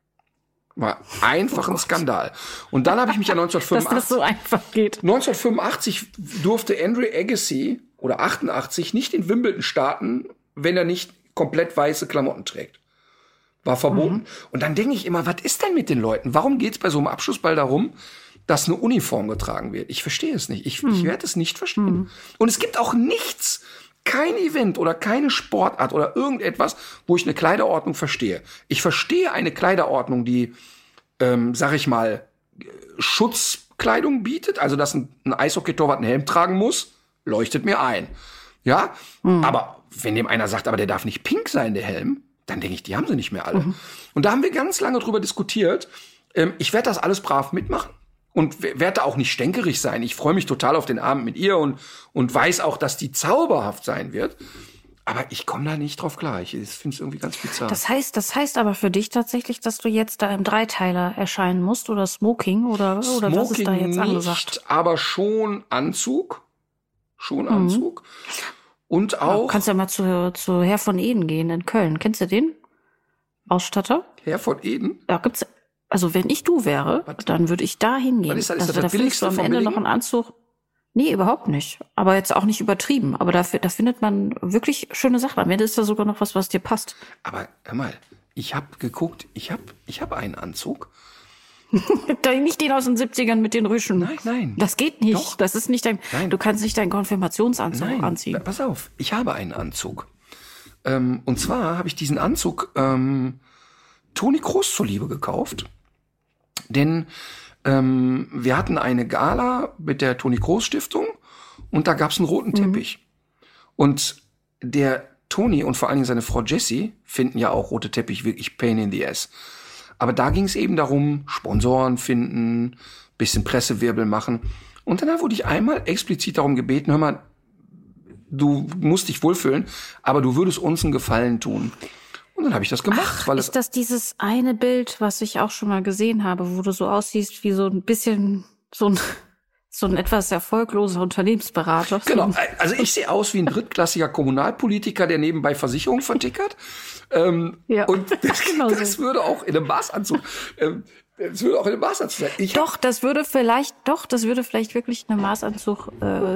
War einfach ein Skandal. Und dann habe ich mich ja 1985... Dass das so einfach geht. 1985 durfte Andre Agassi oder 88 nicht in Wimbledon starten, wenn er nicht komplett weiße Klamotten trägt. War verboten. Und dann denke ich immer, was ist denn mit den Leuten? Warum geht's bei so einem Abschlussball darum, dass eine Uniform getragen wird? Ich verstehe es nicht. Ich werde es nicht verstehen. Und es gibt auch nichts, kein Event oder keine Sportart oder irgendetwas, wo ich eine Kleiderordnung verstehe. Ich verstehe eine Kleiderordnung, die, sag ich mal, Schutzkleidung bietet, also dass ein Eishockey-Torwart einen Helm tragen muss, leuchtet mir ein. Ja, aber wenn dem einer sagt, aber der darf nicht pink sein, der Helm, dann denke ich, die haben sie nicht mehr alle. Und da haben wir ganz lange drüber diskutiert. Ich werde das alles brav mitmachen. Und werde auch nicht stänkerig sein. Ich freue mich total auf den Abend mit ihr und weiß auch, dass die zauberhaft sein wird. Aber ich komme da nicht drauf klar. Ich finde es irgendwie ganz bizarr. Das heißt aber für dich tatsächlich, dass du jetzt da im Dreiteiler erscheinen musst oder Smoking oder was ist da jetzt angesagt? Nicht, aber schon Anzug. Schon Anzug. Und auch... Du kannst ja mal zu Herr von Eden gehen in Köln. Kennst du den? Ausstatter? Herr von Eden? Ja, gibt's... Also wenn ich du wäre, dann würde ich da hingehen. Ist das da findest du am Ende noch einen Anzug. Nee, überhaupt nicht. Aber jetzt auch nicht übertrieben. Aber da findet man wirklich schöne Sachen. Am Ende ist da sogar noch was dir passt. Aber hör mal, ich habe geguckt, ich hab einen Anzug. Nicht den aus den 70ern mit den Rüschen. Nein. Das geht nicht. Doch. Das ist nicht du kannst nicht deinen Konfirmationsanzug anziehen. Pass auf, ich habe einen Anzug. Und zwar habe ich diesen Anzug Toni Kroos zuliebe gekauft. Denn wir hatten eine Gala mit der Toni Kroos Stiftung und da gab's einen roten Teppich. Und der Toni und vor allen Dingen seine Frau Jessie finden ja auch rote Teppich wirklich pain in the ass. Aber da ging's eben darum, Sponsoren finden, bisschen Pressewirbel machen. Und dann wurde ich einmal explizit darum gebeten, hör mal, du musst dich wohlfühlen, aber du würdest uns einen Gefallen tun. Und dann habe ich das gemacht. Weil ist das dieses eine Bild, was ich auch schon mal gesehen habe, wo du so aussiehst wie so ein bisschen so ein etwas erfolgloser Unternehmensberater? Genau, also ich sehe aus wie ein drittklassiger Kommunalpolitiker, der nebenbei Versicherungen vertickert. Ja. Und das würde auch in einem Maßanzug Es würde auch in einem Maßanzug sein. Das würde vielleicht wirklich in einem Maßanzug,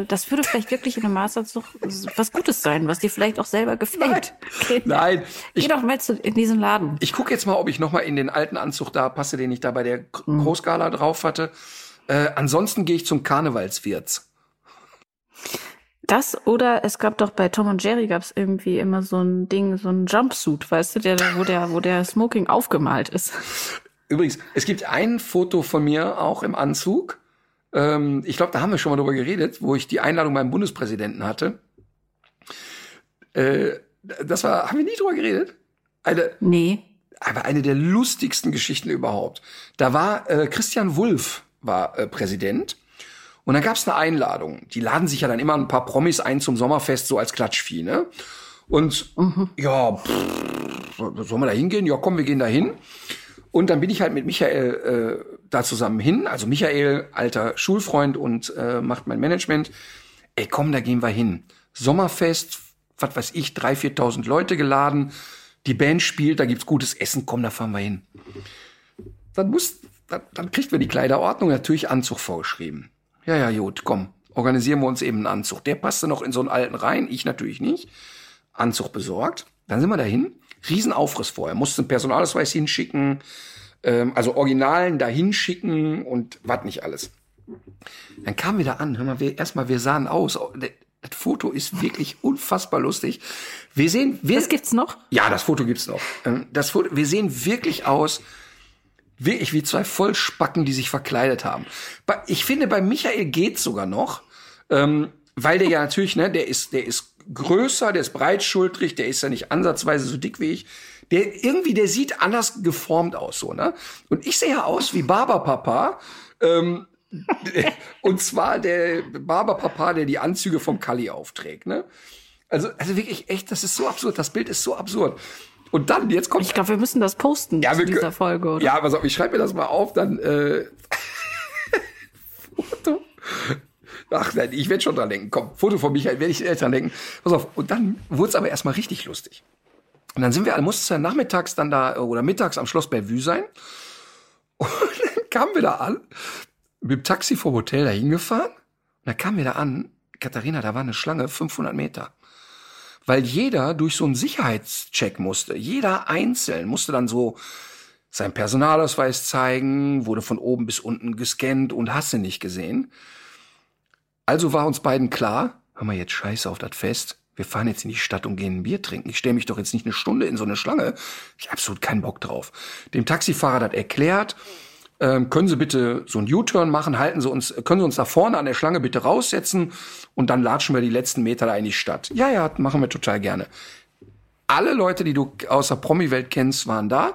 was Gutes sein, was dir vielleicht auch selber gefällt. Nein. Geh doch mal in diesen Laden. Ich gucke jetzt mal, ob ich noch mal in den alten Anzug da passe, den ich da bei der Großgala drauf hatte. Ansonsten gehe ich zum Karnevalswirts. Das oder es gab doch bei Tom und Jerry gab's irgendwie immer so ein Ding, so ein Jumpsuit, weißt du, wo der Smoking aufgemalt ist. Übrigens, es gibt ein Foto von mir auch im Anzug. Ich glaube, da haben wir schon mal drüber geredet, wo ich die Einladung beim Bundespräsidenten hatte. Haben wir nie drüber geredet? Nee. Aber eine der lustigsten Geschichten überhaupt. Da war Christian Wulff war Präsident. Und dann gab's eine Einladung. Die laden sich ja dann immer ein paar Promis ein zum Sommerfest, so als Klatschvieh, ne? Und sollen wir da hingehen? Ja, komm, wir gehen da hin. Und dann bin ich halt mit Michael da zusammen hin. Also Michael, alter Schulfreund und macht mein Management. Ey, komm, da gehen wir hin. Sommerfest, was weiß ich, 3.000, 4.000 Leute geladen. Die Band spielt, da gibt's gutes Essen. Komm, da fahren wir hin. Dann kriegt wir die Kleiderordnung, natürlich Anzug vorgeschrieben. Ja, gut, komm, organisieren wir uns eben einen Anzug. Der passte noch in so einen alten rein, ich natürlich nicht. Anzug besorgt. Dann sind wir dahin. Riesenaufriss vorher. Mussten Personalausweis hinschicken, also Originalen da hinschicken und was nicht alles. Dann kamen wir da an. Hör mal, wir sahen aus. Das Foto ist wirklich unfassbar lustig. Das gibt's noch? Ja, das Foto gibt's noch. Wir sehen wirklich aus, wirklich wie zwei Vollspacken, die sich verkleidet haben. Ich finde, bei Michael geht's sogar noch, weil der ja natürlich, ne, der ist größer, der ist breitschultrig, der ist ja nicht ansatzweise so dick wie ich. Der sieht anders geformt aus, so, ne? Und ich sehe ja aus wie Barberpapa, und zwar der Barberpapa, der die Anzüge vom Kalli aufträgt, ne? Also wirklich echt, das ist so absurd. Das Bild ist so absurd. Und dann, jetzt kommt... Ich glaube, wir müssen das posten zu dieser Folge, oder? Ja, pass auf, ich schreibe mir das mal auf, dann Foto. Ach nein, ich werde schon dran denken. Komm, Foto von Michael, werde ich dran denken. Pass auf, und dann wurde es aber erstmal richtig lustig. Und dann mussten wir nachmittags dann da oder mittags am Schloss Bellevue sein. Und dann kamen wir da an, mit dem Taxi vom Hotel da hingefahren. Und dann kamen wir da an, Katharina, da war eine Schlange 500 Meter. Weil jeder durch so einen Sicherheitscheck musste. Jeder einzeln musste dann so seinen Personalausweis zeigen, wurde von oben bis unten gescannt und hast du nicht gesehen. Also war uns beiden klar, hör mal, jetzt scheiße auf das Fest. Wir fahren jetzt in die Stadt und gehen ein Bier trinken. Ich stelle mich doch jetzt nicht eine Stunde in so eine Schlange. Ich habe absolut keinen Bock drauf. Dem Taxifahrer das erklärt. Können Sie bitte so einen U-Turn machen? Können Sie uns da vorne an der Schlange bitte raussetzen? Und dann latschen wir die letzten Meter da in die Stadt. Ja, machen wir total gerne. Alle Leute, die du aus der Promi-Welt kennst, waren da.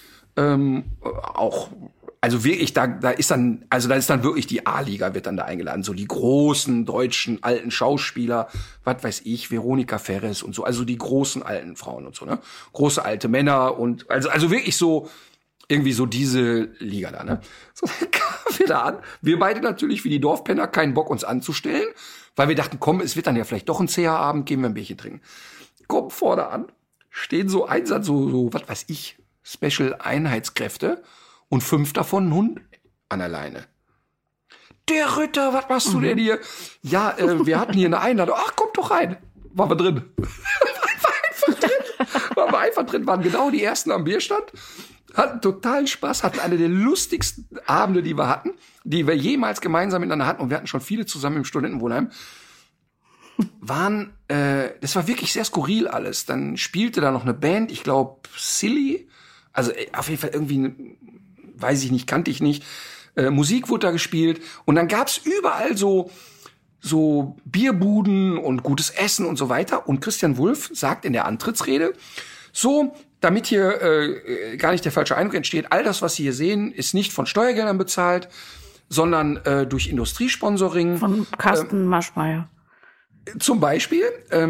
Also wirklich, da ist dann wirklich die A-Liga wird dann da eingeladen. So die großen deutschen alten Schauspieler, was weiß ich, Veronika Ferres und so. Also die großen alten Frauen und so, ne? Große alte Männer und, also wirklich so, irgendwie so diese Liga da, ne? So, dann kamen wir da an. Wir beide natürlich wie die Dorfpenner, keinen Bock uns anzustellen, weil wir dachten, komm, es wird dann ja vielleicht doch ein zäher Abend, gehen wir ein Bierchen trinken. Kommen vorne an, stehen so Einsatz, so, was weiß ich, Special-Einheitskräfte und 5 davon Hund an der Leine. Der Ritter, was machst du denn hier? Ja, wir hatten hier eine Einladung. Ach, kommt doch rein. Waren wir drin. Waren wir einfach drin, waren genau die ersten am Bierstand. Hatten totalen Spaß, hatten eine der lustigsten Abende, die wir jemals gemeinsam miteinander hatten. Und wir hatten schon viele zusammen im Studentenwohnheim. Das war wirklich sehr skurril alles. Dann spielte da noch eine Band, ich glaube Silly. Also auf jeden Fall irgendwie, weiß ich nicht, kannte ich nicht. Musik wurde da gespielt. Und dann gab's überall so Bierbuden und gutes Essen und so weiter. Und Christian Wulff sagt in der Antrittsrede, so, damit hier gar nicht der falsche Eindruck entsteht, all das, was Sie hier sehen, ist nicht von Steuergeldern bezahlt, sondern durch Industriesponsoring. Von Carsten Maschmeyer. Zum Beispiel.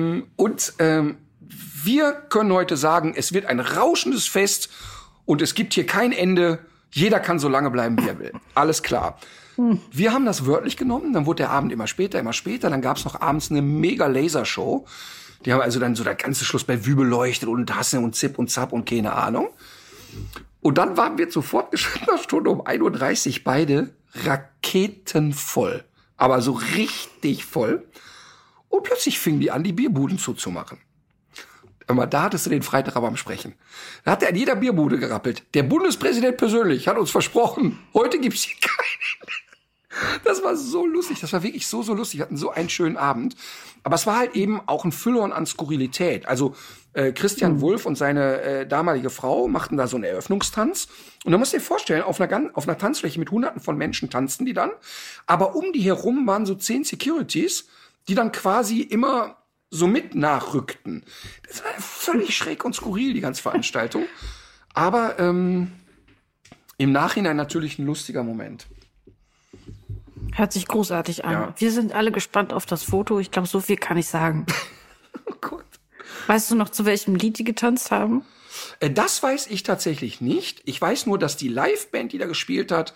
Wir können heute sagen, es wird ein rauschendes Fest und es gibt hier kein Ende. Jeder kann so lange bleiben, wie er will. Alles klar. Wir haben das wörtlich genommen, dann wurde der Abend immer später. Dann gab's noch abends eine mega Lasershow. Die haben also dann so der ganze Schluss bei Bellevue beleuchtet und Hasse und Zip und Zap und keine Ahnung. Und dann waren wir zur fortgeschrittener Stunde um 1:30 Uhr beide raketenvoll. Aber so richtig voll. Und plötzlich fingen die an, die Bierbuden zuzumachen. Aber da hattest du den Freitag aber am Sprechen. Da hat er an jeder Bierbude gerappelt. Der Bundespräsident persönlich hat uns versprochen, heute gibt's hier keinen. Das war so lustig. Das war wirklich so lustig. Wir hatten so einen schönen Abend. Aber es war halt eben auch ein Füllhorn an Skurrilität. Also Christian Wulff und seine damalige Frau machten da so einen Eröffnungstanz. Und da musst du dir vorstellen, auf einer Tanzfläche mit Hunderten von Menschen tanzten die dann. Aber um die herum waren so 10 Securities, die dann quasi immer so mit nachrückten. Das war völlig schräg und skurril, die ganze Veranstaltung. Aber im Nachhinein natürlich ein lustiger Moment. Hört sich großartig an. Ja. Wir sind alle gespannt auf das Foto. Ich glaube, so viel kann ich sagen. Oh Gott. Weißt du noch, zu welchem Lied die getanzt haben? Das weiß ich tatsächlich nicht. Ich weiß nur, dass die Liveband, die da gespielt hat,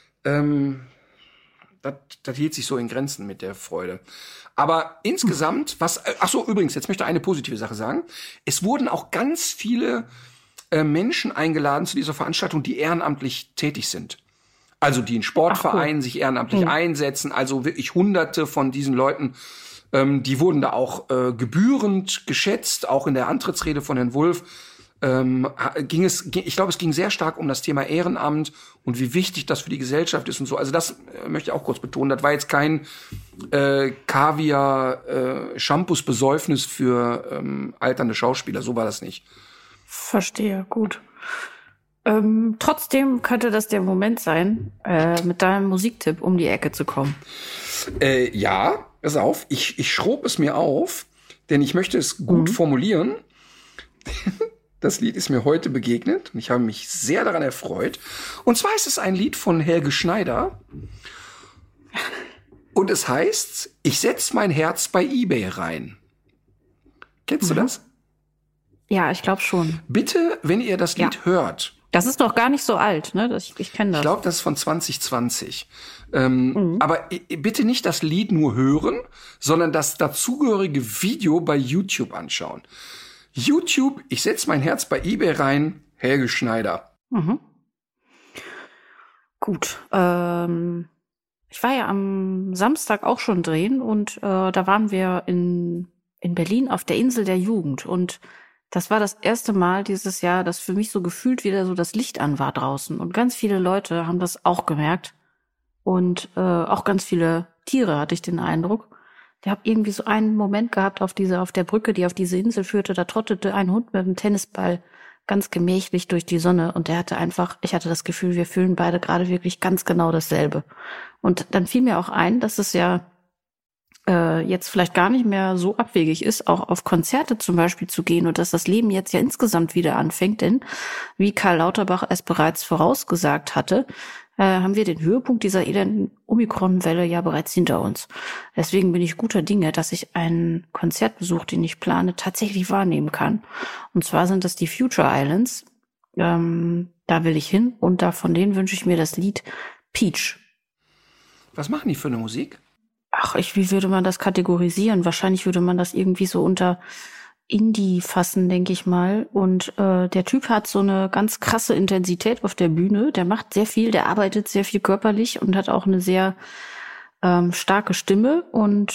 das hielt sich so in Grenzen mit der Freude. Aber insgesamt, übrigens, jetzt möchte ich eine positive Sache sagen. Es wurden auch ganz viele Menschen eingeladen zu dieser Veranstaltung, die ehrenamtlich tätig sind. Also die in Sportvereinen sich ehrenamtlich einsetzen. Also wirklich Hunderte von diesen Leuten, die wurden da auch gebührend geschätzt, auch in der Antrittsrede von Herrn Wulff. ich glaube, es ging sehr stark um das Thema Ehrenamt und wie wichtig das für die Gesellschaft ist und so. Also das möchte ich auch kurz betonen. Das war jetzt kein Kaviar-Shampoos-Besäufnis für alternde Schauspieler. So war das nicht. Verstehe, gut. Trotzdem könnte das der Moment sein, mit deinem Musiktipp um die Ecke zu kommen. Ja, pass auf. Ich schrob es mir auf, denn ich möchte es gut formulieren. Das Lied ist mir heute begegnet und ich habe mich sehr daran erfreut. Und zwar ist es ein Lied von Helge Schneider. Und es heißt, ich setz mein Herz bei eBay rein. Kennst du das? Ja, ich glaube schon. Bitte, wenn ihr das Lied hört. Das ist doch gar nicht so alt, ne? Ich kenne das. Ich glaube, das ist von 2020. Aber bitte nicht das Lied nur hören, sondern das dazugehörige Video bei YouTube anschauen. YouTube, ich setz mein Herz bei eBay rein, Helge Schneider. Gut. Ich war ja am Samstag auch schon drehen und da waren wir in Berlin auf der Insel der Jugend und das war das erste Mal dieses Jahr, dass für mich so gefühlt wieder so das Licht an war draußen. Und ganz viele Leute haben das auch gemerkt. Und auch ganz viele Tiere, hatte ich den Eindruck. Ich habe irgendwie so einen Moment gehabt auf der Brücke, die auf diese Insel führte. Da trottete ein Hund mit einem Tennisball ganz gemächlich durch die Sonne. Und ich hatte das Gefühl, wir fühlen beide gerade wirklich ganz genau dasselbe. Und dann fiel mir auch ein, dass es ja jetzt vielleicht gar nicht mehr so abwegig ist, auch auf Konzerte zum Beispiel zu gehen und dass das Leben jetzt ja insgesamt wieder anfängt, denn wie Karl Lauterbach es bereits vorausgesagt hatte, haben wir den Höhepunkt dieser elenden Omikron-Welle ja bereits hinter uns. Deswegen bin ich guter Dinge, dass ich einen Konzertbesuch, den ich plane, tatsächlich wahrnehmen kann. Und zwar sind das die Future Islands. Da will ich hin und von denen wünsche ich mir das Lied Peach. Was machen die für eine Musik? Wie würde man das kategorisieren? Wahrscheinlich würde man das irgendwie so unter Indie fassen, denke ich mal. Und der Typ hat so eine ganz krasse Intensität auf der Bühne. Der macht sehr viel, der arbeitet sehr viel körperlich und hat auch eine sehr starke Stimme. Und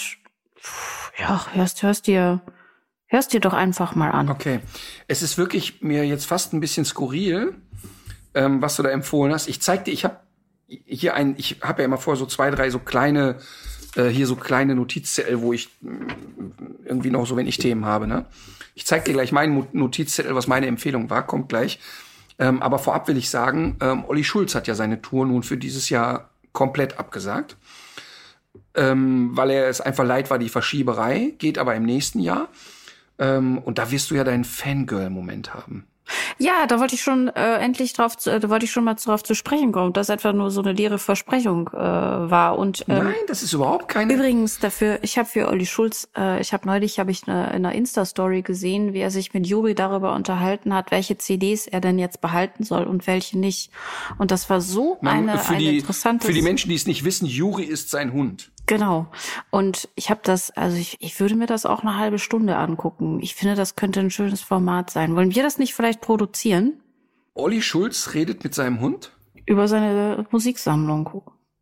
hörst dir doch einfach mal an. Okay. Es ist wirklich mir jetzt fast ein bisschen skurril, was du da empfohlen hast. Ich zeig dir, ich habe ja immer vorher so 2, 3 so kleine Notizzettel, wo ich irgendwie noch so, wenn ich Themen habe, ne? Ich zeig dir gleich meinen Notizzettel, was meine Empfehlung war, kommt gleich. Aber vorab will ich sagen, Olli Schulz hat ja seine Tour nun für dieses Jahr komplett abgesagt. Weil er es einfach leid war, die Verschieberei, geht aber im nächsten Jahr. Und da wirst du ja deinen Fangirl-Moment haben. Ja, da wollte ich schon mal drauf zu sprechen kommen, dass etwa nur so eine leere Versprechung war. Und nein, das ist überhaupt keine. Übrigens ich habe für Olli Schulz, neulich in einer Insta-Story gesehen, wie er sich mit Juri darüber unterhalten hat, welche CDs er denn jetzt behalten soll und welche nicht. Und das war so eine interessante. Für die Menschen, die es nicht wissen, Juri ist sein Hund. Genau. Und ich würde mir das auch eine halbe Stunde angucken. Ich finde, das könnte ein schönes Format sein. Wollen wir das nicht vielleicht produzieren? Olli Schulz redet mit seinem Hund? Über seine Musiksammlung.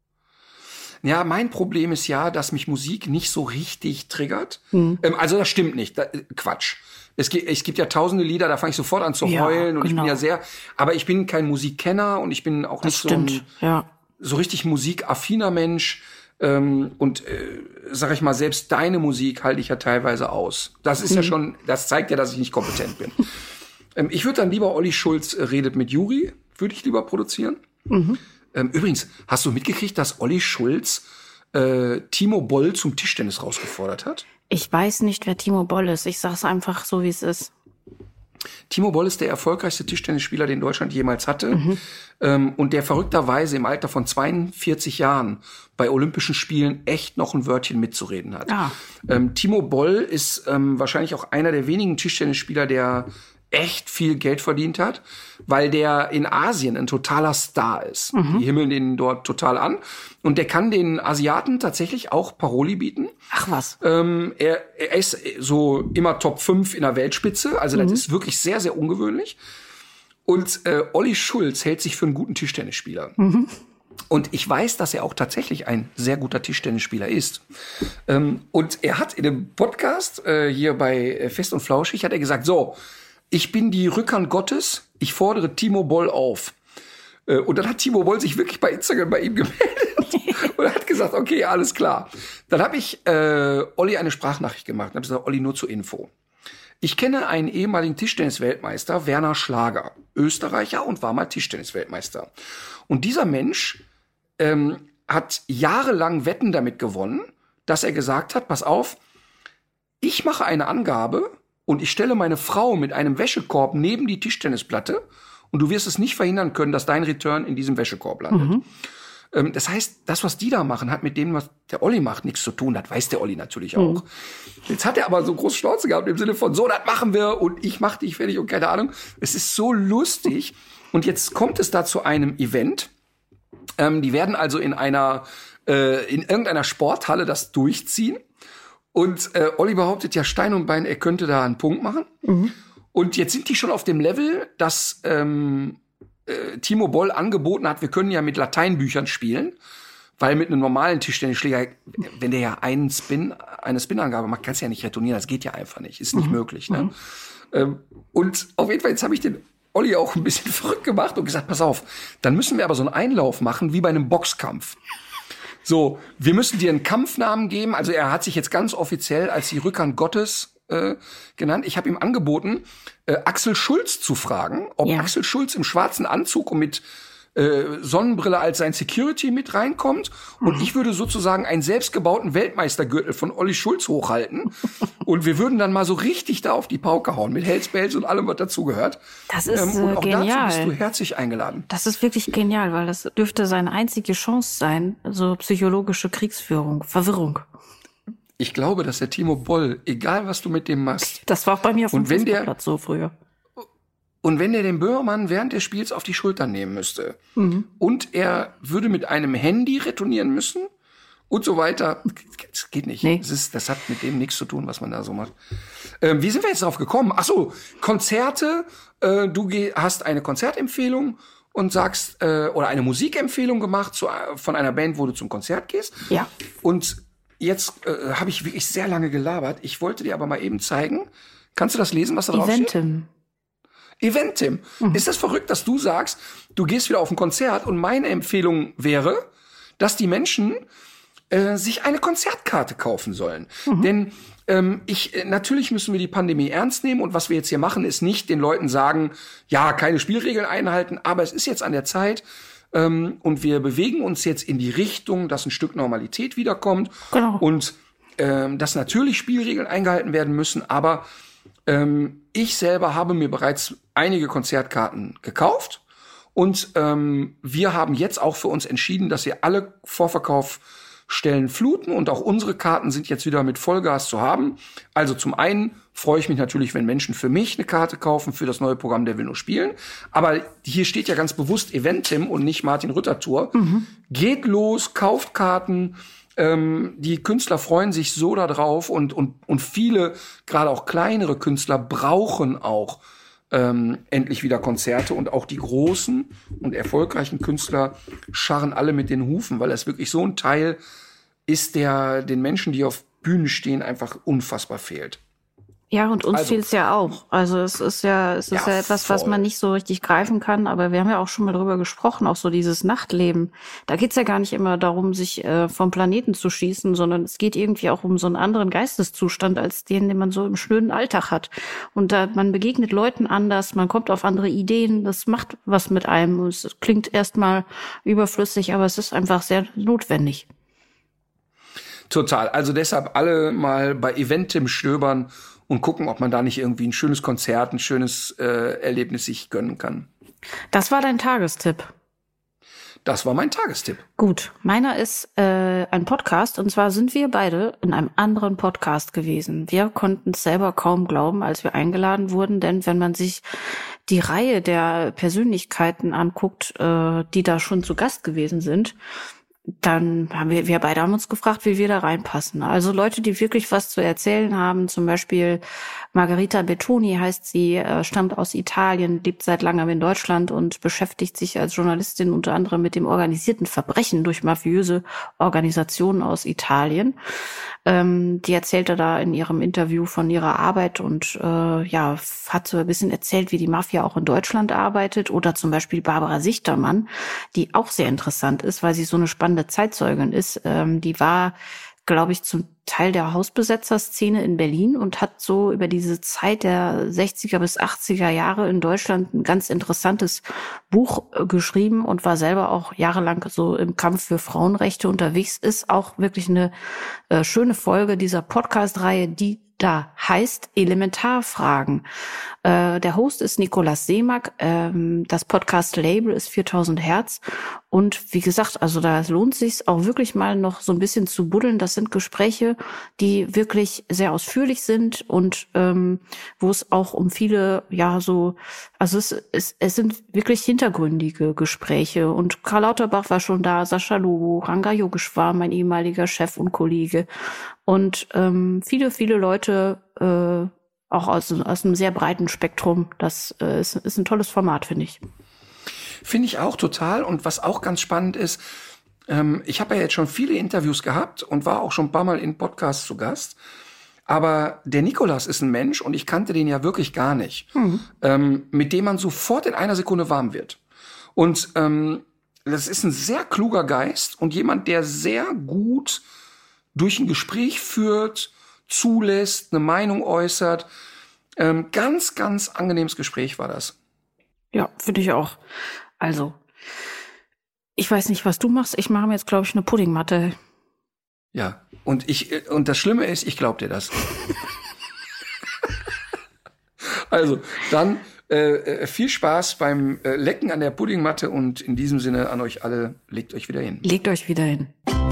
Ja, mein Problem ist ja, dass mich Musik nicht so richtig triggert. Also das stimmt nicht. Quatsch. Es gibt ja tausende Lieder, da fange ich sofort an zu heulen. Und genau. Aber ich bin kein Musikkenner und ich bin auch nicht so richtig musikaffiner Mensch. Sag ich mal, selbst deine Musik halte ich ja teilweise aus. Das ist ja schon, das zeigt ja, dass ich nicht kompetent bin. Ich würde dann lieber Olli Schulz redet mit Juri, würde ich lieber produzieren. Übrigens, hast du mitgekriegt, dass Olli Schulz Timo Boll zum Tischtennis rausgefordert hat? Ich weiß nicht, wer Timo Boll ist. Ich sag's einfach so, wie es ist. Timo Boll ist der erfolgreichste Tischtennisspieler, den Deutschland jemals hatte. Und der verrückterweise im Alter von 42 Jahren bei Olympischen Spielen echt noch ein Wörtchen mitzureden hat. Timo Boll ist wahrscheinlich auch einer der wenigen Tischtennisspieler, der echt viel Geld verdient hat, weil der in Asien ein totaler Star ist. Die himmeln den dort total an. Und der kann den Asiaten tatsächlich auch Paroli bieten. Ach was. Er ist so immer Top 5 in der Weltspitze. Also das ist wirklich sehr, sehr ungewöhnlich. Und Olli Schulz hält sich für einen guten Tischtennisspieler. Und ich weiß, dass er auch tatsächlich ein sehr guter Tischtennisspieler ist. Und er hat in einem Podcast hier bei Fest und Flauschig hat er gesagt, so, ich bin die Rückhand Gottes, ich fordere Timo Boll auf. Und dann hat Timo Boll sich wirklich bei Instagram bei ihm gemeldet und hat gesagt, okay, alles klar. Dann habe ich Olli eine Sprachnachricht gemacht und habe gesagt, Olli, nur zur Info. Ich kenne einen ehemaligen Tischtennis-Weltmeister, Werner Schlager, Österreicher und war mal Tischtennis-Weltmeister. Und dieser Mensch hat jahrelang Wetten damit gewonnen, dass er gesagt hat, pass auf, ich mache eine Angabe und ich stelle meine Frau mit einem Wäschekorb neben die Tischtennisplatte und du wirst es nicht verhindern können, dass dein Return in diesem Wäschekorb landet. Das heißt, das, was die da machen, hat mit dem, was der Olli macht, nichts zu tun. Das weiß der Olli natürlich auch. Jetzt hat er aber so große Schnauze gehabt im Sinne von, so, das machen wir und ich mach dich fertig und keine Ahnung. Es ist so lustig. Und jetzt kommt es da zu einem Event. Die werden also in irgendeiner Sporthalle das durchziehen. Und Olli behauptet ja Stein und Bein, er könnte da einen Punkt machen. Und jetzt sind die schon auf dem Level, dass Timo Boll angeboten hat, wir können ja mit Lateinbüchern spielen, weil mit einem normalen Tischtennisschläger, wenn der ja eine Spin-Angabe macht, kannst du ja nicht retournieren, das geht ja einfach nicht, ist nicht möglich. Ne? Und auf jeden Fall, jetzt habe ich den Olli auch ein bisschen verrückt gemacht und gesagt, pass auf, dann müssen wir aber so einen Einlauf machen, wie bei einem Boxkampf. So, wir müssen dir einen Kampfnamen geben, also er hat sich jetzt ganz offiziell als die Rückhand Gottes genannt. Ich habe ihm angeboten, Axel Schulz zu fragen, ob Axel Schulz im schwarzen Anzug und mit Sonnenbrille als sein Security mit reinkommt. Und ich würde sozusagen einen selbstgebauten Weltmeistergürtel von Olli Schulz hochhalten. Und wir würden dann mal so richtig da auf die Pauke hauen, mit Hells Bells und allem, was dazugehört. Das ist und auch genial. Dazu bist du herzlich eingeladen. Das ist wirklich genial, weil das dürfte seine einzige Chance sein, so psychologische Kriegsführung, Verwirrung. Ich glaube, dass der Timo Boll, egal was du mit dem machst. Das war auch bei mir auf dem Fußballplatz so früher. Und wenn der den Böhmermann während des Spiels auf die Schultern nehmen müsste und er würde mit einem Handy retournieren müssen und so weiter, das geht nicht. Nee. Das hat mit dem nichts zu tun, was man da so macht. Wie sind wir jetzt drauf gekommen? Ach so, Konzerte. Du hast eine Konzertempfehlung und sagst, oder eine Musikempfehlung gemacht von einer Band, wo du zum Konzert gehst. Ja. Und jetzt habe ich wirklich sehr lange gelabert. Ich wollte dir aber mal eben zeigen. Kannst du das lesen, was da drauf steht? Eventim. Ist das verrückt, dass du sagst, du gehst wieder auf ein Konzert und meine Empfehlung wäre, dass die Menschen sich eine Konzertkarte kaufen sollen. Denn natürlich müssen wir die Pandemie ernst nehmen und was wir jetzt hier machen, ist nicht den Leuten sagen, ja, keine Spielregeln einhalten, aber es ist jetzt an der Zeit und wir bewegen uns jetzt in die Richtung, dass ein Stück Normalität wiederkommt und dass natürlich Spielregeln eingehalten werden müssen, aber ich selber habe mir bereits einige Konzertkarten gekauft und wir haben jetzt auch für uns entschieden, dass wir alle Vorverkaufsstellen fluten und auch unsere Karten sind jetzt wieder mit Vollgas zu haben. Also zum einen freue ich mich natürlich, wenn Menschen für mich eine Karte kaufen für das neue Programm Der will nur spielen. Aber hier steht ja ganz bewusst Eventim und nicht Martin Rütter Tour. Geht los, kauft Karten. Die Künstler freuen sich so da drauf und viele, gerade auch kleinere Künstler, brauchen auch endlich wieder Konzerte und auch die großen und erfolgreichen Künstler scharren alle mit den Hufen, weil das wirklich so ein Teil ist, der den Menschen, die auf Bühnen stehen, einfach unfassbar fehlt. Ja, und uns fehlt's ja auch. Also es ist ja etwas, was man nicht so richtig greifen kann, aber wir haben ja auch schon mal drüber gesprochen, auch so dieses Nachtleben. Da geht's ja gar nicht immer darum, sich vom Planeten zu schießen, sondern es geht irgendwie auch um so einen anderen Geisteszustand als den man so im schnöden Alltag hat. Und man begegnet Leuten anders, man kommt auf andere Ideen, das macht was mit einem. Es klingt erstmal überflüssig, aber es ist einfach sehr notwendig. Total. Also deshalb alle mal bei Eventim stöbern und gucken, ob man da nicht irgendwie ein schönes Konzert, ein schönes Erlebnis sich gönnen kann. Das war dein Tagestipp. Das war mein Tagestipp. Gut, meiner ist ein Podcast und zwar sind wir beide in einem anderen Podcast gewesen. Wir konnten es selber kaum glauben, als wir eingeladen wurden, denn wenn man sich die Reihe der Persönlichkeiten anguckt, die da schon zu Gast gewesen sind, dann haben wir beide haben uns gefragt, wie wir da reinpassen. Also Leute, die wirklich was zu erzählen haben, zum Beispiel Margherita Bettoni heißt sie, stammt aus Italien, lebt seit langem in Deutschland und beschäftigt sich als Journalistin unter anderem mit dem organisierten Verbrechen durch mafiöse Organisationen aus Italien. Die erzählte da in ihrem Interview von ihrer Arbeit und hat so ein bisschen erzählt, wie die Mafia auch in Deutschland arbeitet. Oder zum Beispiel Barbara Sichtermann, die auch sehr interessant ist, weil sie so eine spannende Zeitzeugin ist. Die war, glaube ich, zum Teil der Hausbesetzerszene in Berlin und hat so über diese Zeit der 60er bis 80er Jahre in Deutschland ein ganz interessantes Buch geschrieben und war selber auch jahrelang so im Kampf für Frauenrechte unterwegs. Ist auch wirklich eine schöne Folge dieser Podcast-Reihe, die da heißt Elementarfragen. Der Host ist Nikolaus Seemack. Das Podcast-Label ist 4000 Hertz. Und wie gesagt, also da lohnt sich auch wirklich mal noch so ein bisschen zu buddeln. Das sind Gespräche, die wirklich sehr ausführlich sind und wo es auch um viele, es sind wirklich hintergründige Gespräche. Und Karl Lauterbach war schon da, Sascha Lobo, Ranga Yogeshwar, mein ehemaliger Chef und Kollege. Und viele, viele Leute auch aus einem sehr breiten Spektrum. Das ist ein tolles Format, finde ich. Finde ich auch total. Und was auch ganz spannend ist, ich habe ja jetzt schon viele Interviews gehabt und war auch schon ein paar Mal in Podcasts zu Gast. Aber der Nikolaus ist ein Mensch und ich kannte den ja wirklich gar nicht, mit dem man sofort in einer Sekunde warm wird. Und das ist ein sehr kluger Geist und jemand, der sehr gut durch ein Gespräch führt, zulässt, eine Meinung äußert. Ganz, ganz angenehmes Gespräch war das. Ja, finde ich auch. Also, ich weiß nicht, was du machst. Ich mache mir jetzt, glaube ich, eine Puddingmatte. Ja, und das Schlimme ist, ich glaub dir das. Also, dann viel Spaß beim Lecken an der Puddingmatte und in diesem Sinne an euch alle, legt euch wieder hin. Legt euch wieder hin.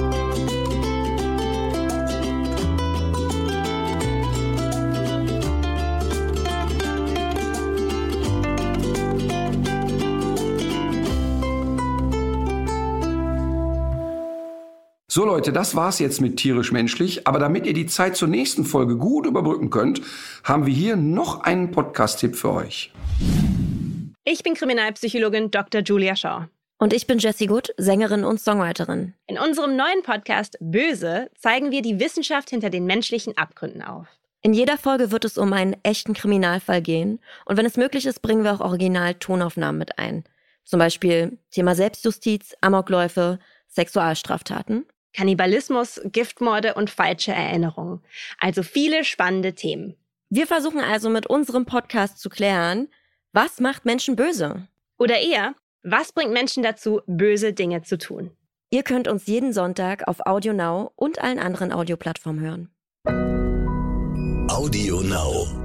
So Leute, das war's jetzt mit Tierisch-Menschlich. Aber damit ihr die Zeit zur nächsten Folge gut überbrücken könnt, haben wir hier noch einen Podcast-Tipp für euch. Ich bin Kriminalpsychologin Dr. Julia Shaw. Und ich bin Jessie Good, Sängerin und Songwriterin. In unserem neuen Podcast Böse zeigen wir die Wissenschaft hinter den menschlichen Abgründen auf. In jeder Folge wird es um einen echten Kriminalfall gehen. Und wenn es möglich ist, bringen wir auch Original-Tonaufnahmen mit ein. Zum Beispiel Thema Selbstjustiz, Amokläufe, Sexualstraftaten. Kannibalismus, Giftmorde und falsche Erinnerungen. Also viele spannende Themen. Wir versuchen also mit unserem Podcast zu klären, was macht Menschen böse? Oder eher, was bringt Menschen dazu, böse Dinge zu tun? Ihr könnt uns jeden Sonntag auf Audio Now und allen anderen Audioplattformen hören. Audio Now.